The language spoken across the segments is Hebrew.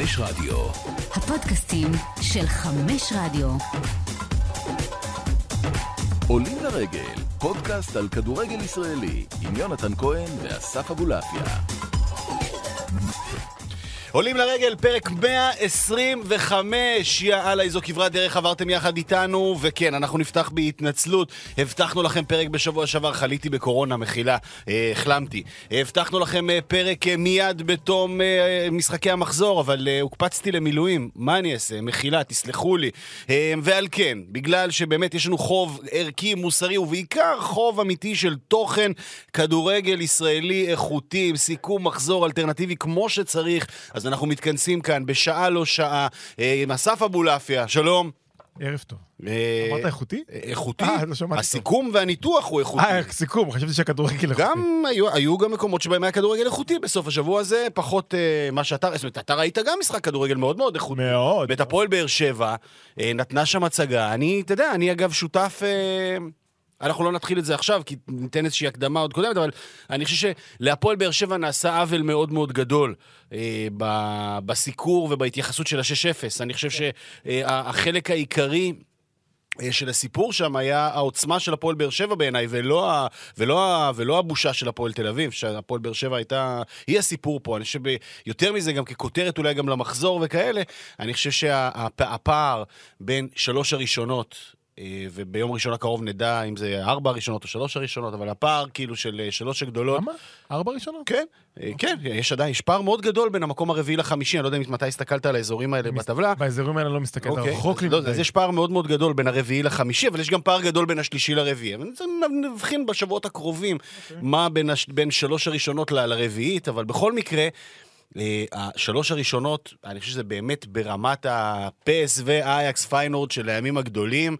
חמש רדיו. הפודקאסטים של חמש רדיו. עולים לרגל, פודקאסט על כדורגל ישראלי, עם יונתן כהן ואסף אבולעפיה. עולים לרגל, פרק 125, יאללה, איזו כברת דרך עברתם יחד איתנו, וכן, אנחנו נפתח בהתנצלות, הבטחנו לכם פרק בשבוע שעבר, חליתי בקורונה, מחילה, החלמתי. הבטחנו לכם פרק מיד בתום משחקי המחזור, אבל הוקפצתי למילואים, מה אני אעשה? מחילה, תסלחו לי. ועל כן, בגלל שבאמת יש לנו חוב ערכי, מוסרי, ובעיקר חוב אמיתי של תוכן, כדורגל ישראלי איכותי, עם סיכום מחזור אלטרנטיבי כמו שצריך, אז אנחנו מתכנסים כאן בשעה לא שעה, עם אסף אבולעפיה, שלום. ערב טוב. אמרת איכותי? איכותי? לא שמעתי טוב. הסיכום והניתוח הוא איכותי. סיכום, חשבתי שהכדורגל איכותי. גם, היו גם מקומות שבהם היה כדורגל איכותי בסוף השבוע הזה, פחות מה שאתה, זאת אומרת, אתה ראית גם משחק כדורגל מאוד מאוד איכותי. מאוד. ואת הפועל באר שבע, נתנה שם הצגה, אתה יודע, אני אגב שותף... אנחנו לא נתחיל את זה עכשיו, כי ניתן איזושהי הקדמה עוד קודמת, אבל אני חושב שלהפועל באר שבע נעשה עוול מאוד מאוד גדול בסיקור ובהתייחסות של ה-6-0. אני חושב שהחלק העיקרי של הסיפור שם היה העוצמה של הפועל באר שבע בעיניי, ולא הבושה של הפועל תל אביב, שהפועל באר שבע היא הסיפור פה. אני חושב יותר מזה, גם ככותרת אולי גם למחזור וכאלה, אני חושב שהפער בין 3 הראשונות, וביום ראשון הקרוב נדע אם זה 4 הראשונות או 3 הראשונות, אבל הפער כאילו של 3 הגדולות... למה? 4 הראשונות? כן, כן, יש עדיין, יש פער מאוד גדול בין המקום הרביעי לחמישי, אני לא יודע מתי הסתכלת על האזורים האלה בטבלה. באזורים האלה לא מסתכל, אתה רחוק לי מדי. אז יש פער מאוד מאוד גדול בין הרביעי לחמישי, אבל יש גם פער גדול בין השלישי לרביעי. נבחין בשבועות הקרובים מה בין 3 הראשונות לרביעית, אבל בכל מקרה, 3 הראשונות, אני חושב שזה באמת ברמת הפס ואייקס פיינורד של הימים הגדולים,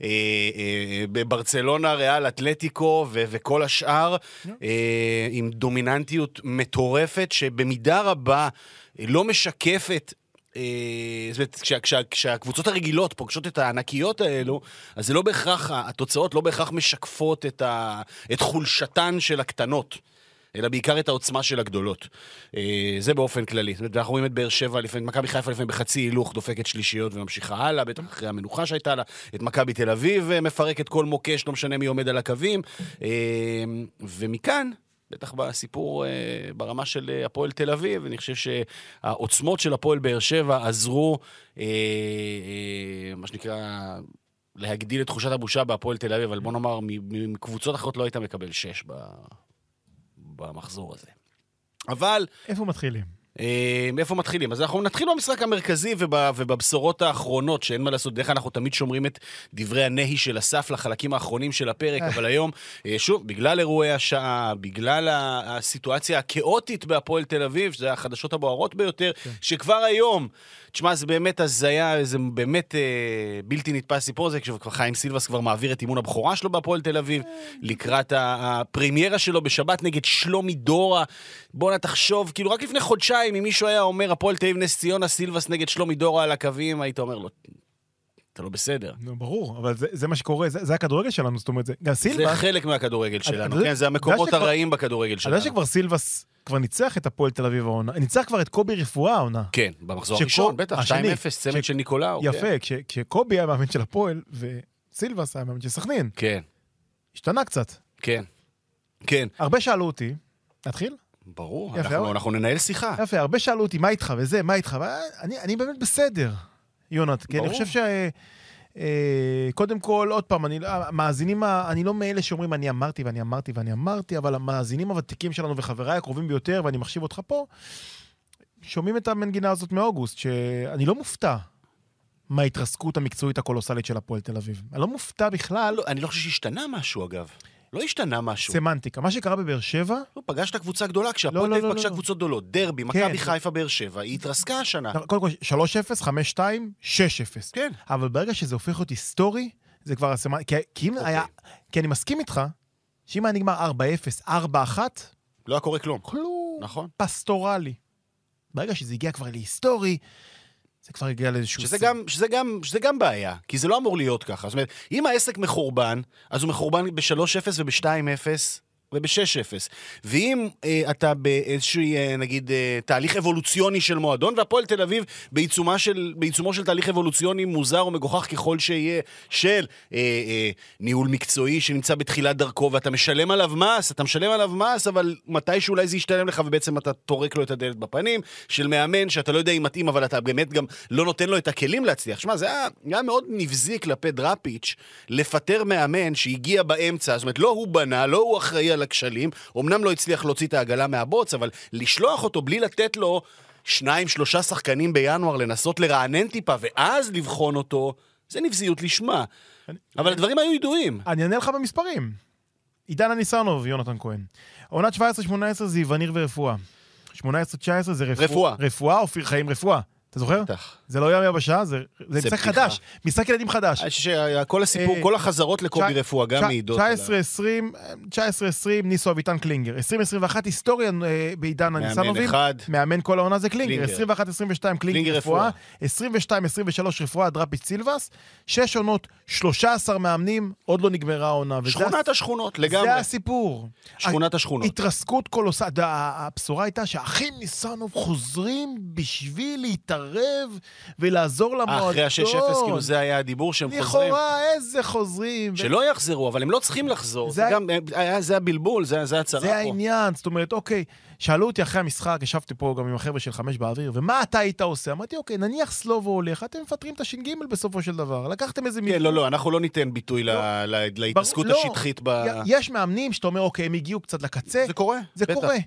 בברצלונה, ריאל, אתלטיקו וכל השאר, עם דומיננטיות מטורפת, שבמידה רבה לא משקפת, זאת אומרת, כשהקבוצות הרגילות פוגשות את הענקיות האלו, אז זה לא בהכרח, התוצאות לא בהכרח משקפות את חולשתן של הקטנות. אלא בעיקר את העוצמה של הגדולות. זה באופן כללי. זאת אומרת, אנחנו רואים את באר שבע, מכבי חיפה לפעמים בחצי הילוך, דופקת שלישיות וממשיכה הלאה, בטח אחרי המנוחה שהייתה לה, את מכבי תל אביב מפרקת כל מוקש, לא משנה מי עומד על הקווים, ומכאן, בטח בסיפור ברמה של הפועל תל אביב, אני חושב שהעוצמות של הפועל באר שבע עזרו, מה שנקרא... להגדיל את תחושת הבושה בהפועל תל אביב, אבל בוא נאמר, מקבוצות אחרות לא היית מקבל 6 במחזור הזה. אבל... איפה מתחילים? אז אנחנו נתחיל במשחק המרכזי ובבשורות האחרונות, שאין מה לעשות, דרך אנחנו תמיד שומרים את דברי הנהי של אסף לחלקים האחרונים של הפרק, אבל היום, שוב, בגלל אירועי השעה, בגלל הסיטואציה הכאוטית בהפועל תל אביב, שזה החדשות הבוערות ביותר, שכבר היום, תשמע, זה באמת הזיה, זה באמת בלתי נתפס סיפור הזה, כשכבר חיים סילבס כבר מעביר את אימון הבכורה שלו בהפועל תל אביב, לקראת הפרימיירה שלו בשבת נגד שלומי דורה. בוא תחשוב, כאילו רק לפני חודשיים, אם מישהו היה אומר, הפועל תל אביב נס ציונה, סילבס נגד שלומי דורה על הקווים, היית אומר לו, אתה לא בסדר. ברור, אבל זה מה שקורה, זה הכדורגל שלנו, זאת אומרת, גם סילבס... זה חלק מהכדורגל שלנו, כן, זה המקומות הרעים בכדורגל שלנו. אני יודע שכבר סילבס כבר ניצח את הפועל תל אביב העונה, ניצח כבר את קובי רפואה העונה. כן, במחזור הראשון, בטח, 2-0, צמד של ניקולאו. יפה, כשקובי היה מאמן של הפועל, וסילבס היה מאמן של סכנין. כן. השתנה קצת. כן. כן. הרבה שאלו אותי, נתחיל? ברור, אנחנו ננהל שיחה. יפה, הרבה שאלו אותי, מה איתך וזה, מה איתך? אני באמת בסדר, יונת, כי אני חושב קודם כל, עוד פעם, המאזינים, אני לא מאלה שאומרים, אני אמרתי, אבל המאזינים הוותיקים שלנו וחבריי הקרובים ביותר, ואני מחשיב אותך פה, שומעים את המנגינה הזאת מאוגוסט, שאני לא מופתע מההתרסקות המקצועית הקולוסלית של הפועל תל אביב. אני לא מופתע בכלל. אני לא חושב שהשתנה משהו, אגב. לא השתנה משהו. סמנטיקה. מה שקרה בבאר שבע... לא, פגשת קבוצה גדולה, כשהפועל תל אביב פגשה קבוצות גדולות. דרבי, מכבי חיפה באר שבע, היא התרסקה השנה. קודם כל, 3-0, 5-2, 6-0. כן. אבל ברגע שזה הופך להיות היסטורי, זה כבר הסמנטיקה. כי אני מסכים איתך, שאם היה נגמר 4-0, 4-1... לא היה קורה כלום. כלום. נכון. פסטורלי. ברגע שזה הגיע כבר להיסטורי, זה כבר הגיע לאיזשהו... שזה גם בעיה, כי זה לא אמור להיות ככה. זאת אומרת, אם העסק מחורבן, אז הוא מחורבן ב-3-0 וב-2-0 וב-6-0. ואם אתה באיזשהו, נגיד, תהליך אבולוציוני של מועדון, והפועל תל אביב בעיצומו של תהליך אבולוציוני מוזר ומגוחך ככל שיהיה, של ניהול מקצועי שנמצא בתחילת דרכו, ואתה משלם עליו מס, אבל מתי שאולי זה ישתלם לך, ובעצם אתה תורק לו את הדלת בפנים, של מאמן שאתה לא יודע אם מתאים, אבל אתה באמת גם לא נותן לו את הכלים להצליח. שמה, זה היה מאוד נבזי כלפי דראפיץ' לפטר מאמן שהגיע באמצע, זאת אומרת, לא הוא בנה, לא הוא אחראי על הכשלים, אמנם לא הצליח להוציא את העגלה מהבוץ, אבל לשלוח אותו בלי לתת לו 2-3 שחקנים בינואר, לנסות לרענן טיפה, ואז לבחון אותו, זה נבזיות לשמה. אבל הדברים היו ידועים. אני אענה לך במספרים. עידן הניסנוב, יונתן כהן. עונת 17-18 זה יווניר ורפואה. 18-19 זה רפואה, אופיר חיים רפואה. אתה זוכר? בטח. זה לא ים יבשה, זה משחק חדש. משחק ילדים חדש. כל הסיפור, כל החזרות לקובי רפואה, גם מעידות. 19-20, ניסו אביטן קלינגר. 20-21, היסטוריה בעידן הניסנובים. מאמן כל העונה זה קלינגר. 21-22, קלינגר רפואה. 22-23, רפואה, דראפיץ' סילבס. 6 עונות, 13 מאמנים, עוד לא נגמרה העונה. שכונת השכונות, לגמרי. זה הסיפור. שכונת השכונות. התרסקות קולוסלית. הבשורה הייתה שהאחים ניסנוב חוזרים בשביל להתערב ולעזור למועדון. אחרי ה-6-0, כאילו זה היה הדיבור שהם חוזרים. לכאורה, איזה חוזרים. שלא יחזרו, אבל הם לא צריכים לחזור. זה הבלבול, זה הצרה פה. זה העניין, זאת אומרת, אוקיי, שאלו אותי אחרי המשחק, ישבתי פה גם עם החבר'ה של 5 באוויר, ומה אתה היית עושה? אמרתי, אוקיי, נניח סלובו הולך, אתם מפטרים את הש"ג בסופו של דבר. לקחתם איזה כן, לא, אנחנו לא ניתן ביטוי להתעסקות השטחית. יש מאמנים שאתה אומר, אוקיי, הם הגיעו קצת לקצה. זה קורה. זה קורה.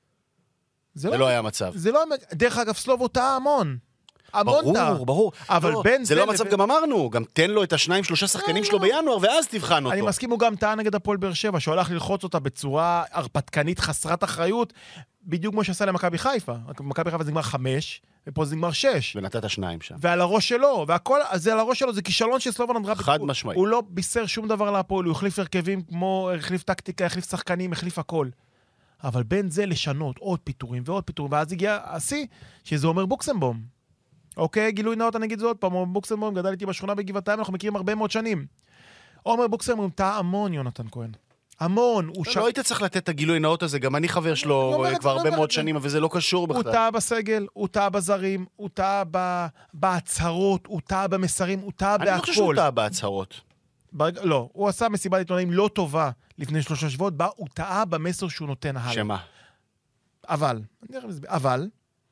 זה לא היה מצב. דרך אגב, סלובו טעה המון. ברור. אבל בין זה לא המצב, גם אמרנו, גם תן לו את 2-3 שחקנים שלו בינואר, ואז תבחן אותו. אני מסכים, הוא גם טעה נגד הפועל באר שבע, שהולך ללחוץ אותה בצורה הרפתקנית חסרת אחריות, בדיוק כמו שעשה למכבי חיפה. מכבי חיפה זה נגמר 5, ופה זה נגמר 6. ונתת 2 שם. ועל הראש שלו, והכל, זה על הראש שלו, זה כישלון של סלובן דראפיץ'. חד משמעי. הוא לא בישר שום דבר להפועל, הוא החליף הרכבים כמו, החליף טקטיקה, החליף שחקנים, החליף הכל. אבל בין זה לשנות עוד פיתורים ועוד פיתורים, ואז הגיע השיא, שזה אומר בוקסנבום. אוקיי, גילוי נאות, אני אגיד זאת פעם, בוקסנבום גדל איתי בשכונה בגבעתיים, אנחנו מכירים הרבה מאוד שנים. עומר בוקסנבום טעה המון, יונתן כהן. המון. לא היית צריך לתת את הגילוי נאות הזה, גם אני חבר שלו כבר הרבה מאוד שנים, אבל זה לא קשור בכלל. הוא טעה בסגל, הוא טעה בזרים, הוא טעה בהצהרות, הוא טעה במסרים, הוא טעה בהכל. אני לא חושב שהוא טעה בהצהרות. לא, הוא עשה מסיבת עיתונאים לא טובה לפני 3 שבועות, הוא טעה במסר שהוא נותן הלאה. שמה? אבל,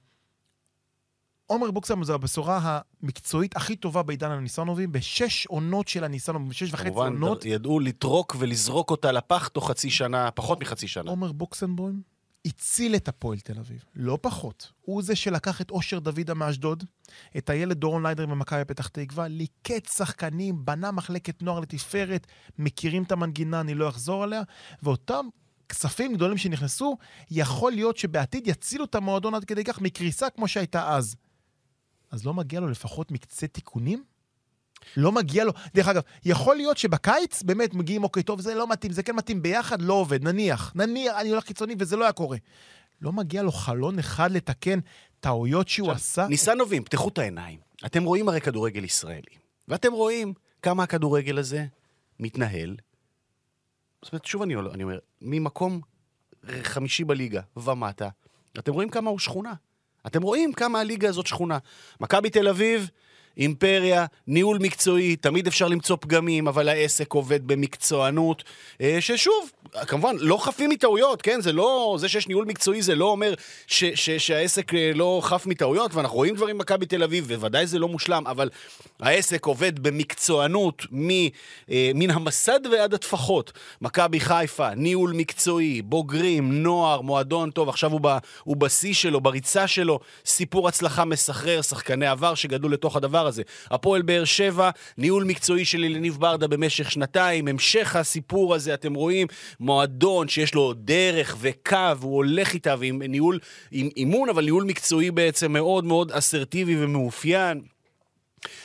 עומר בוקסנבום זו הבשורה המקצועית הכי טובה בעידן הניסנובים, ב6 עונות של הניסנובים, ב6.5 עונות. ידעו לטרוק ולזרוק אותה לפח תוך חצי שנה, פחות מחצי שנה. עומר בוקסנבום הציל את הפועל תל אביב, לא פחות. הוא זה שלקח את אושר דוידה מאשדוד, את הילד דורון ליידר ממכבי פתח תקווה, ליקט שחקנים, בנה מחלקת נוער לתפארת, מכירים את המנגינה, אני לא אחזור עליה, ואותם כספים גדולים שנכנסו, יכול להיות שבעתיד יצילו את המועדון עד כדי כך מקריסה כמו שהייתה אז. אז לא מגיע לו לפחות מקצה תיקונים? לא מגיע לו. דרך אגב, יכול להיות שבקיץ באמת מגיעים, אוקיי, טוב, זה לא מתאים, זה כן מתאים ביחד, לא עובד, נניח, אני הולך קיצוני וזה לא היה קורה. לא מגיע לו חלון אחד לתקן טעויות שהוא עשה? ניסנובים, פתחו את העיניים. אתם רואים הרי כדורגל ישראלי, ואתם רואים כמה הכדורגל הזה מתנהל. זאת אומרת, שוב אני אומר, ממקום 5 בליגה ומטה, אתם רואים כמה הוא שכונה. אתם רואים כמה הליגה הזאת שכונה. מכבי תל אביב, אימפריה, ניהול מקצועי, תמיד אפשר למצוא פגמים, אבל העסק עובד במקצוענות, ששוב, כמובן, לא חפים מטעויות, כן? זה שיש ניהול מקצועי, זה לא אומר שהעסק לא חף מטעויות, ואנחנו רואים דברים מכבי תל אביב, וודאי זה לא מושלם, אבל העסק עובד במקצוענות, מן המסד ועד התפחות. מכבי חיפה, ניהול מקצועי, בוגרים, נוער, מועדון טוב, עכשיו הוא בשיא שלו, בריצה שלו, סיפור הצלחה מסחרר, שחקני עבר שגדלו לתוך הדבר הזה. הפועל באר שבע, ניהול מקצועי של אליניב ברדה במשך 2, המשך הסיפור הזה, אתם רואים, מועדון שיש לו דרך וקו, הוא הולך איתה, ועם ניהול, עם אימון, אבל ניהול מקצועי בעצם מאוד מאוד אסרטיבי ומאופיין.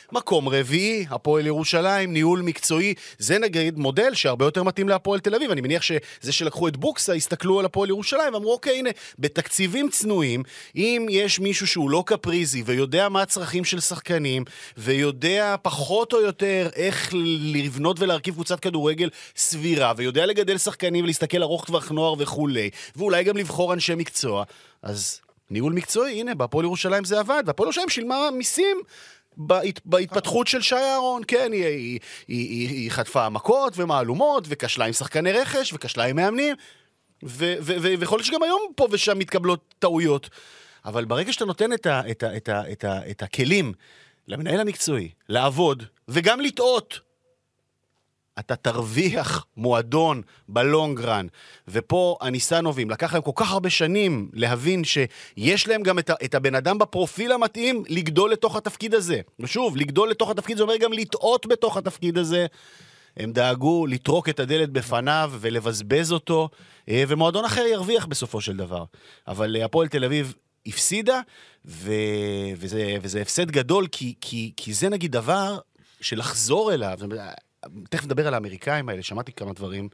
מקום רביעי, הפועל ירושלים, ניהול מקצועי, זה נגיד מודל שהרבה יותר מתאים להפועל תל אביב. אני מניח שזה שלקחו את בוקסה, הסתכלו על הפועל ירושלים, ואמרו, אוקיי, הנה, בתקציבים צנועים, אם יש מישהו שהוא לא קפריזי, ויודע מה הצרכים של שחקנים, ויודע פחות או יותר איך לבנות ולהרכיב קבוצת כדורגל סבירה, ויודע לגדל שחקנים ולהסתכל ארוך טווח נוער וכולי, ואולי גם לבחור אנשי מקצוע, אז ניהול מקצועי, הנה, בהפועל ירושלים זה עבד, והפועל ירושלים שילמה מיסים בהתפתחות של שי אהרון, כן, היא חטפה מכות ומעלומות, וקשלה עם שחקני רכש, וקשלה עם מאמנים, ויכול להיות שגם היום פה ושם מתקבלות טעויות. אבל ברגע שאתה נותן את הכלים למנהל המקצועי, לעבוד, וגם לטעות, אתה תרוויח מועדון בלונגרן. ופה הניסנובים, לקח להם כל כך הרבה שנים להבין שיש להם גם את הבן אדם בפרופיל המתאים לגדול לתוך התפקיד הזה. ושוב, לגדול לתוך התפקיד זה אומר גם לטעות בתוך התפקיד הזה. הם דאגו לטרוק את הדלת בפניו ולבזבז אותו, ומועדון אחר ירוויח בסופו של דבר. אבל הפועל תל אביב הפסידה, וזה הפסד גדול, כי זה נגיד דבר שלחזור אליו, תכף נדבר על האמריקאים האלה, שמעתי כמה דברים,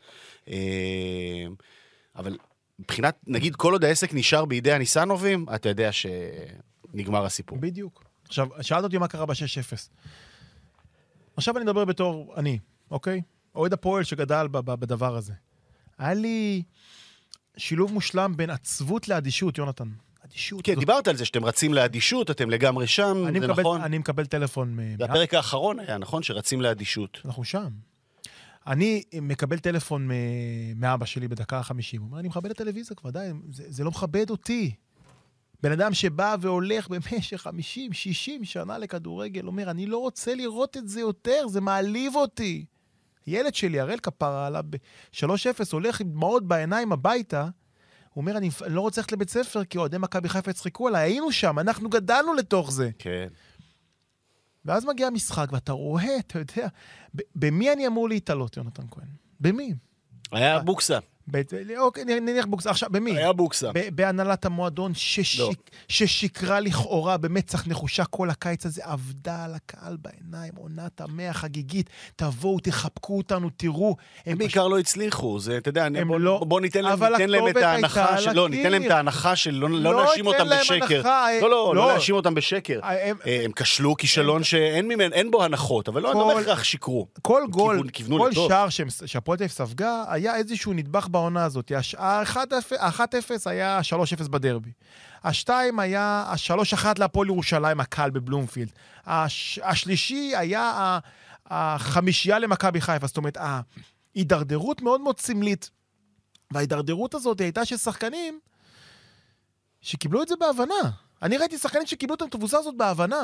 אבל מבחינת, נגיד, כל עוד העסק נשאר בידי הניסנובים, אתה יודע שנגמר הסיפור. בדיוק. עכשיו, שאלת אותי מה קרה ב-6-0. עכשיו אני מדבר בתור אני, אוקיי? אוהד הפועל שגדל בדבר הזה. היה לי שילוב מושלם בין עצבות לאדישות, יונתן. אדישות. כן, דיברת על זה שאתם רצים לאדישות, אתם לגמרי שם, זה נכון? אני מקבל טלפון. זה הפרק האחרון היה, נכון? שרצים לאדישות. אנחנו שם. אני מקבל טלפון מאבא שלי בדקה ה-50. הוא אומר, אני מכבד את הטלוויזיה כבר, די, זה לא מכבד אותי. בן אדם שבא והולך במשך 50, 60 שנה לכדורגל, אומר, אני לא רוצה לראות את זה יותר, זה מעליב אותי. ילד שלי, הראל כפרה עליו ב-3-0, הולך עם דמעות בעיניים הביתה, הוא אומר, אני לא רוצה ללכת לבית ספר, כי אוהדי מכבי חיפה יצחקו עליי, היינו שם, אנחנו גדלנו לתוך זה. כן. ואז מגיע המשחק, ואתה רואה, אתה יודע, במי אני אמור להתעלות, יונתן כהן? במי? היה בוקסה. אוקיי, נניח בוקסה. עכשיו, במי? היה בוקסה. בהנהלת המועדון ששיקרה לכאורה במצח נחושה כל הקיץ הזה, עבדה על הקהל בעיניים, עונת המאה חגיגית, תבואו, תחבקו אותנו, תראו. הם בעיקר לא הצליחו, זה, אתה יודע, בוא ניתן להם את ההנחה של, לא, ניתן להם את ההנחה של לא להאשים אותם בשקר. לא להאשים אותם בשקר. הם כשלו כישלון שאין בו הנחות, אבל לא בהכרח שיקרו. כל גול, כל שער שהפועל תל אביב ספגה, היה איזשהו נדבך בעונה הזאת. ה-1-0 היה 3-0 בדרבי. ה-2 היה 3-1 להפועל ירושלים, הקהל בבלומפילד. השלישי היה 5 למכבי חיפה. זאת אומרת, ההידרדרות מאוד מאוד סמלית. וההידרדרות הזאת הייתה של שחקנים שקיבלו את זה בהבנה. אני ראיתי שחקנים שקיבלו את התבוסה הזאת בהבנה.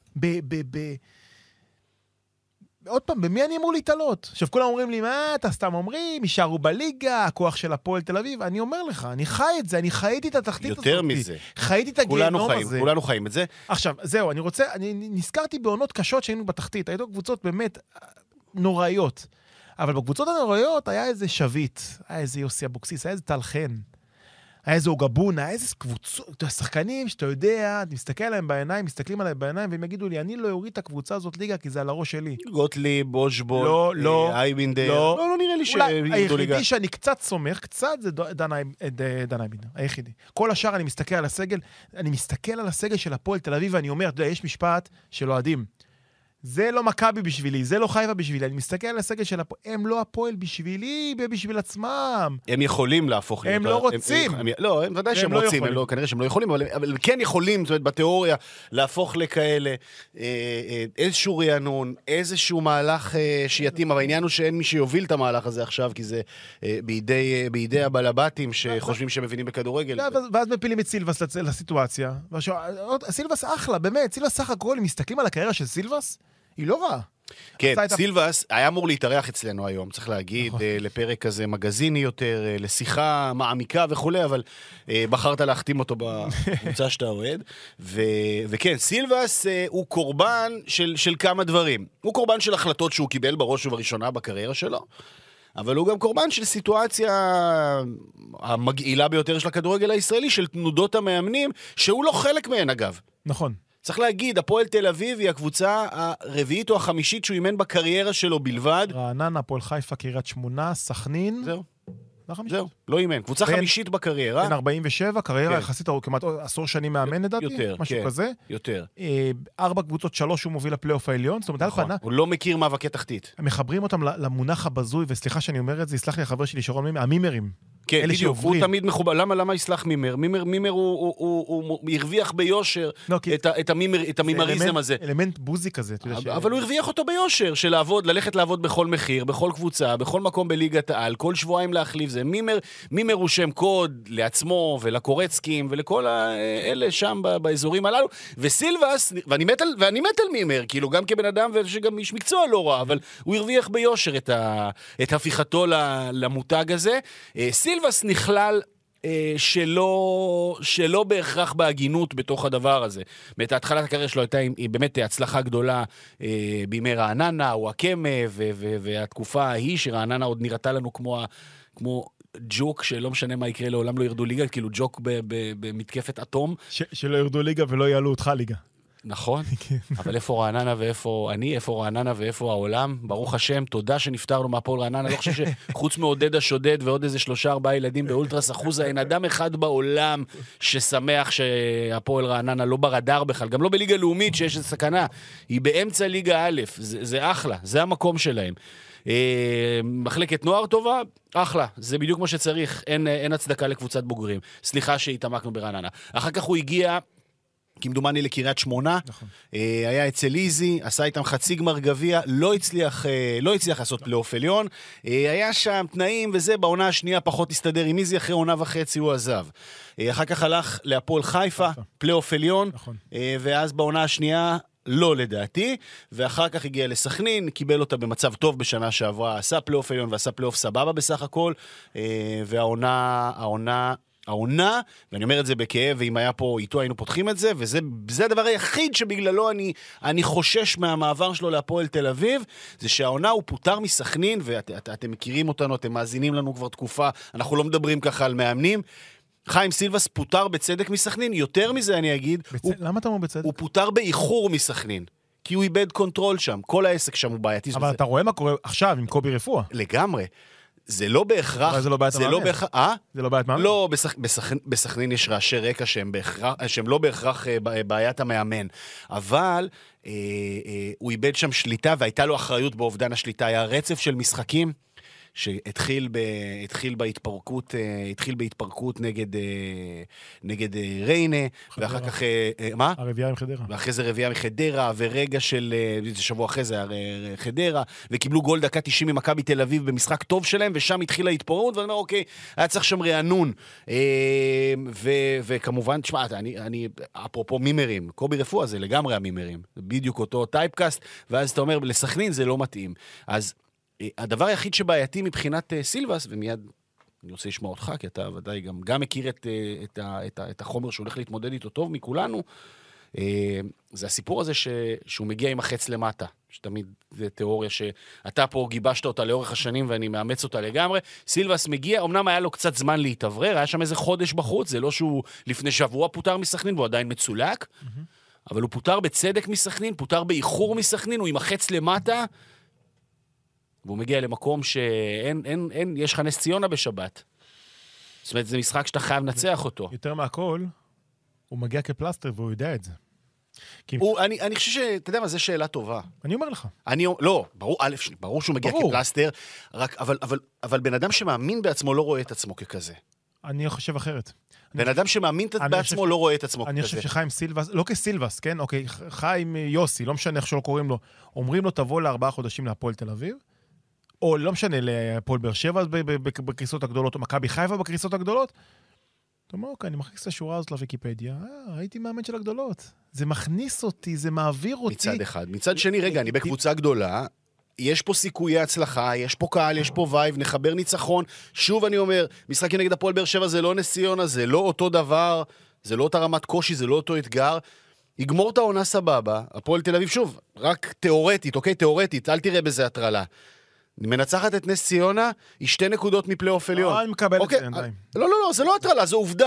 עוד פעם, במי אני אמור להתעלות? עכשיו, כולם אומרים לי, מה, אתה סתם אומרים, יישארו בליגה, הכוח של הפועל תל אביב. אני אומר לך, אני חי את זה, אני חייתי את התחתית הזאת. יותר מזה. חייתי את הגיהנום הזה. כולנו חיים את זה. עכשיו, זהו, אני נזכרתי בעונות קשות שהיינו בתחתית. הייתו קבוצות באמת נוראיות. אבל בקבוצות הנוראיות היה איזה שביט, היה איזה יוסי אבוקסיס, היה איזה טל חן. היה איזה אוגבונה, היה איזה קבוצות, שחקנים שאתה יודע, אתה מסתכל עליהם בעיניים, מסתכלים עליהם בעיניים, והם יגידו לי, אני לא אוריד את הקבוצה הזאת ליגה, כי זה על הראש שלי. גוטליב, בושבול, אייבינדר. לא נראה לי שירדו ליגה. היחידי שאני קצת סומך, קצת זה דן אייבינדר, היחידי. כל השאר אני מסתכל על הסגל, של הפועל תל אביב, ואני אומר, אתה יודע, יש משפט של אוהדים. זה לא מכבי בשבילי, זה לא חיפה בשבילי. אני מסתכל על הסגל של הפועל, הם לא הפועל בשבילי, בשביל עצמם. הם יכולים להפוך. הם לא רוצים. לא, הם ודאי שהם רוצים, כנראה שהם לא יכולים, אבל כן יכולים, זאת אומרת, בתיאוריה, להפוך לכאלה, איזשהו רענון, איזשהו מהלך שיתאים, אבל העניין הוא שאין מי שיוביל את המהלך הזה עכשיו, כי זה בידי הבלבטים שחושבים שהם מבינים בכדורגל. ואז מפילים את סילבס לסיטואציה. סילבס אחלה, באמת, סילבס סך הכל, אם מסתכלים על הקריירה של סילבס, היא לא רעה. כן, סילבס היה אמור להתארח אצלנו היום, צריך להגיד, לפרק כזה מגזיני יותר, לשיחה מעמיקה וכו', אבל בחרת להחתים אותו בקבוצה שאתה אוהד. וכן, סילבס הוא קורבן של כמה דברים. הוא קורבן של החלטות שהוא קיבל בראש ובראשונה בקריירה שלו, אבל הוא גם קורבן של סיטואציה המגעילה ביותר של הכדורגל הישראלי, של תנודות המאמנים, שהוא לא חלק מהן אגב. נכון. צריך להגיד, הפועל תל אביב היא הקבוצה הרביעית או החמישית שהוא אימן בקריירה שלו בלבד. רעננה, הפועל חיפה, קריית שמונה, סכנין. זהו, לא אימן. קבוצה חמישית בקריירה. בין 47, קריירה יחסית כמעט עשור שנים מאמן לדעתי. יותר, משהו כזה. יותר. 4 קבוצות, 3 הוא מוביל לפלייאוף העליון. זאת אומרת, הוא לא מכיר מאבקי תחתית. הם מחברים אותם למונח הבזוי, וסליחה שאני אומר את זה, יסלח לי החבר שלי שרון מימר, המימרים. כן, בדיוק, הוא תמיד מחובר. למה יסלח מימר? מימר הוא הרוויח ביושר את המימריזם הזה. אלמנט בוזי כזה. אבל הוא הרוויח אותו ביושר, של ללכת לעבוד בכל מחיר, בכל קבוצה, בכל מקום בליגת העל, כל שבועיים להחליף זה. מימר הוא שם קוד לעצמו ולקורצקים ולכל אלה שם באזורים הללו. וסילבס, ואני מת על מימר, כאילו גם כבן אדם ושגם איש מקצוע לא רע, אבל הוא הרוויח ביושר את הפיכתו למותג הזה. סילבס נכלל שלא בהכרח בהגינות בתוך הדבר הזה. באמת, התחלת הקריירה שלו הייתה באמת הצלחה גדולה בימי רעננה, או הקמה, והתקופה ההיא שרעננה עוד נראתה לנו כמו ג'וק, שלא משנה מה יקרה, לעולם לא ירדו ליגה, כאילו ג'וק במתקפת אטום. שלא ירדו ליגה ולא יעלו אותך ליגה. נכון, אבל איפה רעננה ואיפה אני, איפה רעננה ואיפה העולם, ברוך השם, תודה שנפטרנו מהפועל רעננה, לא חושב שחוץ מעודד השודד ועוד איזה 3-4 ילדים באולטרס אחוז, אין אדם אחד בעולם ששמח שהפועל רעננה לא ברדאר בכלל, גם לא בליגה לאומית שיש איזו סכנה, היא באמצע ליגה א', זה אחלה, זה המקום שלהם. מחלקת נוער טובה, אחלה, זה בדיוק מה שצריך, אין הצדקה לקבוצת בוגרים, סליחה שהתעמקנו ברעננה. אחר כך הוא הגיע כמדומני לקריית שמונה, היה אצל איזי, עשה איתם חצי גמר גביע, לא הצליח לעשות פלייאוף עליון, היה שם תנאים וזה, בעונה השנייה פחות הסתדר עם איזי, אחרי עונה וחצי הוא עזב. אחר כך הלך להפועל חיפה, פלייאוף עליון, ואז בעונה השנייה לא לדעתי, ואחר כך הגיע לסכנין, קיבל אותה במצב טוב בשנה שעברה, עשה פלייאוף עליון ועשה פלייאוף סבבה בסך הכל, והעונה, ואני אומר את זה בכאב, ואם היה פה איתו היינו פותחים את זה, וזה הדבר היחיד שבגללו אני חושש מהמעבר שלו להפועל תל אביב, זה שהעונה הוא פוטר מסכנין, ואתם מכירים אותנו, אתם מאזינים לנו כבר תקופה, אנחנו לא מדברים ככה על מאמנים, חיים סילבס פוטר בצדק מסכנין, יותר מזה אני אגיד, למה אתה אומר בצדק? הוא פוטר באיחור מסכנין, כי הוא איבד קונטרול שם, כל העסק שם הוא בעייתי. אבל אתה רואה מה קורה עכשיו עם קובי רפואה? לגמרי. זה לא בהכרח... זה לא בעיית המאמן. זה לא בעיית מאמן? לא, בסכנין יש רעשי רקע שהם לא בהכרח בעיית המאמן. אבל הוא איבד שם שליטה, והייתה לו אחריות באובדן השליטה. היה רצף של משחקים שהתחיל בהתפרקות נגד ריינה, ואחר כך, מה? הרביעה עם חדרה. ואחרי זה רביעה מחדרה, ורגע של, שבוע אחרי זה חדרה, וקיבלו גול דקה 90 ממכבי תל אביב במשחק טוב שלהם, ושם התחילה התפוררות, ואני אומר, אוקיי, היה צריך שם רענון. וכמובן, תשמע, אני, אפרופו מימרים, קובי רפואה זה לגמרי המימרים, בדיוק אותו טייפקאסט, ואז אתה אומר, לסכנין זה לא מתאים. אז הדבר היחיד שבעייתי מבחינת סילבס, ומיד אני רוצה לשמוע אותך, כי אתה ודאי גם מכיר את החומר שהולך להתמודד איתו טוב מכולנו, זה הסיפור הזה שהוא מגיע עם החץ למטה, שתמיד זה תיאוריה שאתה פה גיבשת אותה לאורך השנים ואני מאמץ אותה לגמרי. סילבס מגיע, אמנם היה לו קצת זמן להתאוורר, היה שם איזה חודש בחוץ, זה לא שהוא לפני שבוע פוטר מסכנין והוא עדיין מצולק, אבל הוא פוטר בצדק מסכנין, פוטר באיחור מסכנין, הוא עם החץ למטה, והוא מגיע למקום שאין, יש לך נס ציונה בשבת. זאת אומרת, זה משחק שאתה חייב לנצח אותו. יותר מהכל, הוא מגיע כפלסטר והוא יודע את זה. אני חושב שאתה יודע מה, זו שאלה טובה. אני אומר לך. לא, ברור שהוא מגיע כפלסטר, אבל בן אדם שמאמין בעצמו לא רואה את עצמו ככזה. אני חושב אחרת. בן אדם שמאמין בעצמו לא רואה את עצמו ככזה. אני חושב שחיים סילבס, לא כסילבס, כן? אוקיי, חיים יוסי, לא משנה איך שלא קוראים לו, אומרים לו תבוא ל4 חודשים להפועל תל אביב, או לא משנה, לפועל באר שבע בקריסות הגדולות, או מכבי חיפה בקריסות הגדולות. אתה אומר, אוקיי, אני מכניס את השורה הזאת לוויקיפדיה, הייתי מאמן של הגדולות. זה מכניס אותי, זה מעביר אותי. מצד אחד. מצד שני, רגע, אני בקבוצה גדולה, יש פה סיכויי הצלחה, יש פה קהל, יש פה וייב, נחבר ניצחון. שוב אני אומר, משחק נגד הפועל באר שבע זה לא נס ציונה, זה לא אותו דבר, זה לא אותה רמת קושי, זה לא אותו אתגר. יגמור את העונה סבבה, הפועל תל אביב, שוב, רק תיאורטית, אוקיי? תיאורטית, אל תראה בזה הטרלה. מנצחת את נס ציונה, היא 2 נקודות מפלייאוף עליון. אני מקבל את זה, די. לא, זה לא הטרלה, זו עובדה.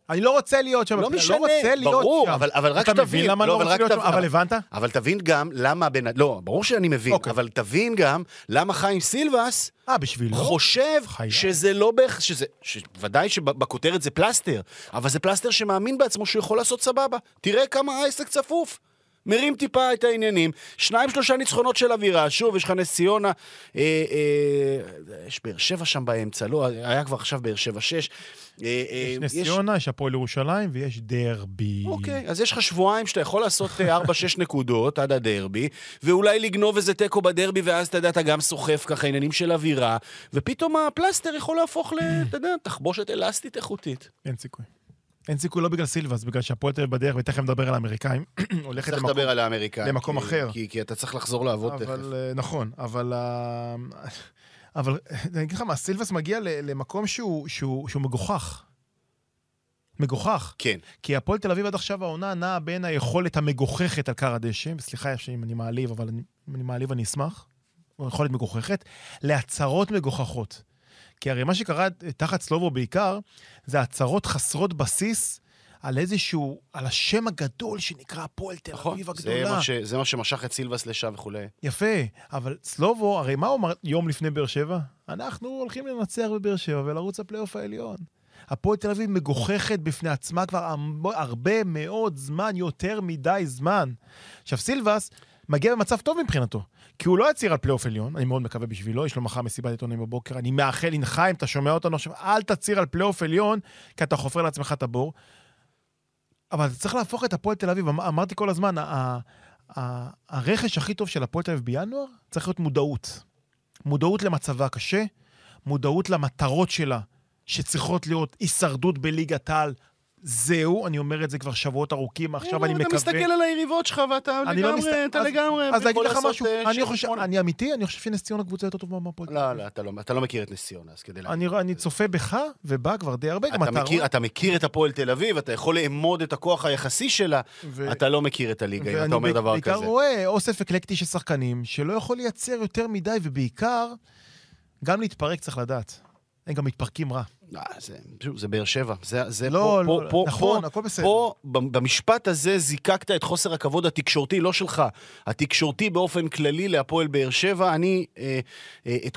אני לא רוצה להיות שם. לא משנה, לא רוצה להיות ברור, שם. אבל רק אתה תבין. מבין למה אני לא רוצה להיות שם? אבל הבנת? אבל תבין גם למה לא, ברור שאני מבין, אבל תבין גם למה חיים סילבס בשבילו? חושב שזה לא ודאי שבכותרת זה פלסטר, אבל זה פלסטר שמאמין בעצמו שהוא יכול לעשות סבבה. תראה כמה העסק צפוף. מרים טיפה את העניינים, 2-3 ניצחונות של אווירה, שוב, יש לך נס ציונה, יש באר שבע שם באמצע, לא, היה כבר עכשיו באר שבע 6. יש נס ציונה, יש הפועל ירושלים, ויש דרבי. אוקיי, אז יש לך שבועיים שאתה יכול לעשות 4-6 נקודות עד הדרבי, ואולי לגנוב איזה טקו בדרבי, ואז אתה יודע, אתה גם סוחף ככה עניינים של אווירה, ופתאום הפלסטר יכול להפוך אתה יודע, תחבושת אלסטית איכותית. אין סיכוי. אין סיכוי לא בגלל סילבס, בגלל שהפועל תל אביב בדרך, ותכף נדבר על האמריקאים, הולכת למקום אחר. כי אתה צריך לחזור לעבוד תכף. נכון, אבל אני אגיד לך מה, סילבס מגיע למקום שהוא מגוחך. מגוחך. כן. כי הפועל תל אביב עד עכשיו העונה נעה בין היכולת המגוחכת על קר הדשא, וסליחה אם אני מעליב, אבל אם אני מעליב אני אשמח, או יכולת מגוחכת, להצהרות מגוחכות. כי הרי מה שקרה תחת סלובו בעיקר, זה הצהרות חסרות בסיס על איזשהו, על השם הגדול שנקרא הפועל תל אביב הגדולה. זה מה שמשך את סילבס לשם וכו'. יפה, אבל סלובו, הרי מה הוא אמר יום לפני באר שבע? אנחנו הולכים לנצח בבאר שבע ולרוץ הפלייאוף העליון. הפועל תל אביב מגוחכת בפני עצמה כבר הרבה מאוד זמן, יותר מדי זמן. עכשיו סילבס מגיע במצב טוב מבחינתו. כי הוא לא יציר על פלייאוף עליון, אני מאוד מקווה בשבילו, יש לו מחר מסיבת עיתונאים בבוקר, אני מאחל לך, אם אתה שומע אותנו עכשיו, אל תציר על פלייאוף עליון, כי אתה חופר לעצמך את הבור. אבל אתה צריך להפוך את הפועל תל אביב, אמרתי כל הזמן, הרכש הכי טוב של הפועל תל אביב בינואר, צריך להיות מודעות. מודעות למצבה קשה, מודעות למטרות שלה, שצריכות להיות הישרדות בליגת העל, זהו, אני אומר את זה כבר שבועות ארוכים, עכשיו אני מקווה... אתה מסתכל על היריבות שלך ואתה לגמרי... אז להגיד לך משהו, אני אמיתי, אני חושב שנס ציונה קבוצה יותר טובה מהפועל. לא, אתה לא מכיר את נס ציונה, אז כדי להגיד. אני צופה בך ובא כבר די הרבה. אתה מכיר את הפועל תל אביב, אתה יכול לאמוד את הכוח היחסי שלה, אתה לא מכיר את הליגה, אם אתה אומר דבר כזה. ואני בעיקר רואה אוסף אקלקטי של שחקנים, שלא יכול לייצר יותר מדי, ובעיקר, גם להתפרק צריך לדעת. הם גם מתפרקים רע. זה באר שבע. לא, נכון, הכל בסדר. פה, במשפט הזה, זיקקת את חוסר הכבוד התקשורתי, לא שלך. התקשורתי באופן כללי להפועל באר שבע, אני, את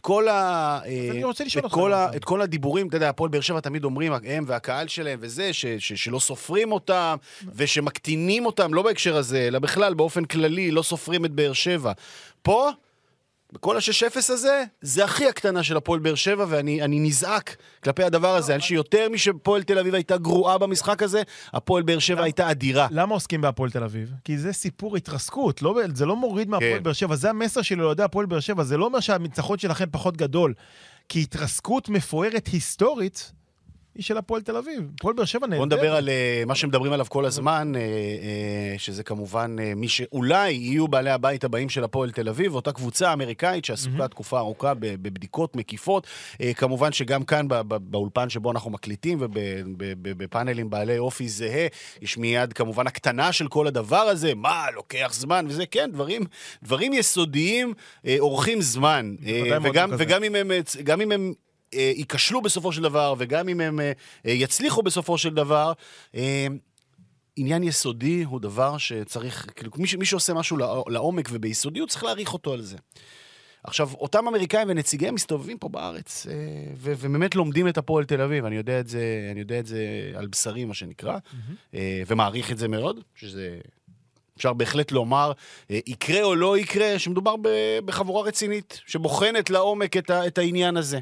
כל הדיבורים, אתה יודע, הפועל באר שבע תמיד אומרים, הם והקהל שלהם וזה, שלא סופרים אותם, ושמקטינים אותם, לא בהקשר הזה, אלא בכלל, באופן כללי, לא סופרים את באר שבע. פה, בכל ה-6-0 הזה, זה הכי הקטנה של הפועל באר שבע, ואני נזעק כלפי הדבר הזה. אני שיותר משפועל תל אביב הייתה גרועה במשחק הזה, הפועל באר שבע הייתה אדירה. למה עוסקים בהפועל תל אביב? כי זה סיפור התרסקות, זה לא מוריד מהפועל באר שבע, זה המסר של ילידי הפועל באר שבע, זה לא אומר שהניצחון שלכם פחות גדול, כי התרסקות מפוארת היסטורית, היא של הפועל תל אביב. הפועל באר שבע נהדר. בוא נדבר על מה שמדברים עליו כל הזמן, שזה כמובן מי שאולי יהיו בעלי הבית הבאים של הפועל תל אביב, אותה קבוצה אמריקאית שעסוקה תקופה ארוכה בבדיקות מקיפות, כמובן שגם כאן באולפן שבו אנחנו מקליטים ובפאנלים בעלי אופי זהה, יש מיד כמובן הקטנה של כל הדבר הזה, מה, לוקח זמן וזה, כן, דברים יסודיים אורחים זמן, וגם אם הם ייכשלו בסופו של דבר, וגם אם הם יצליחו בסופו של דבר, עניין יסודי הוא דבר שצריך, כאילו, מי שעושה משהו לעומק וביסודיות, צריך להעריך אותו על זה. עכשיו, אותם אמריקאים ונציגיהם מסתובבים פה בארץ, ובאמת לומדים את הפועל תל אביב, אני יודע את זה על בשרי, מה שנקרא, ומעריך את זה מאוד, שזה... אפשר בהחלט לומר, יקרה או לא יקרה, שמדובר בחבורה רצינית, שבוחנת לעומק את העניין הזה.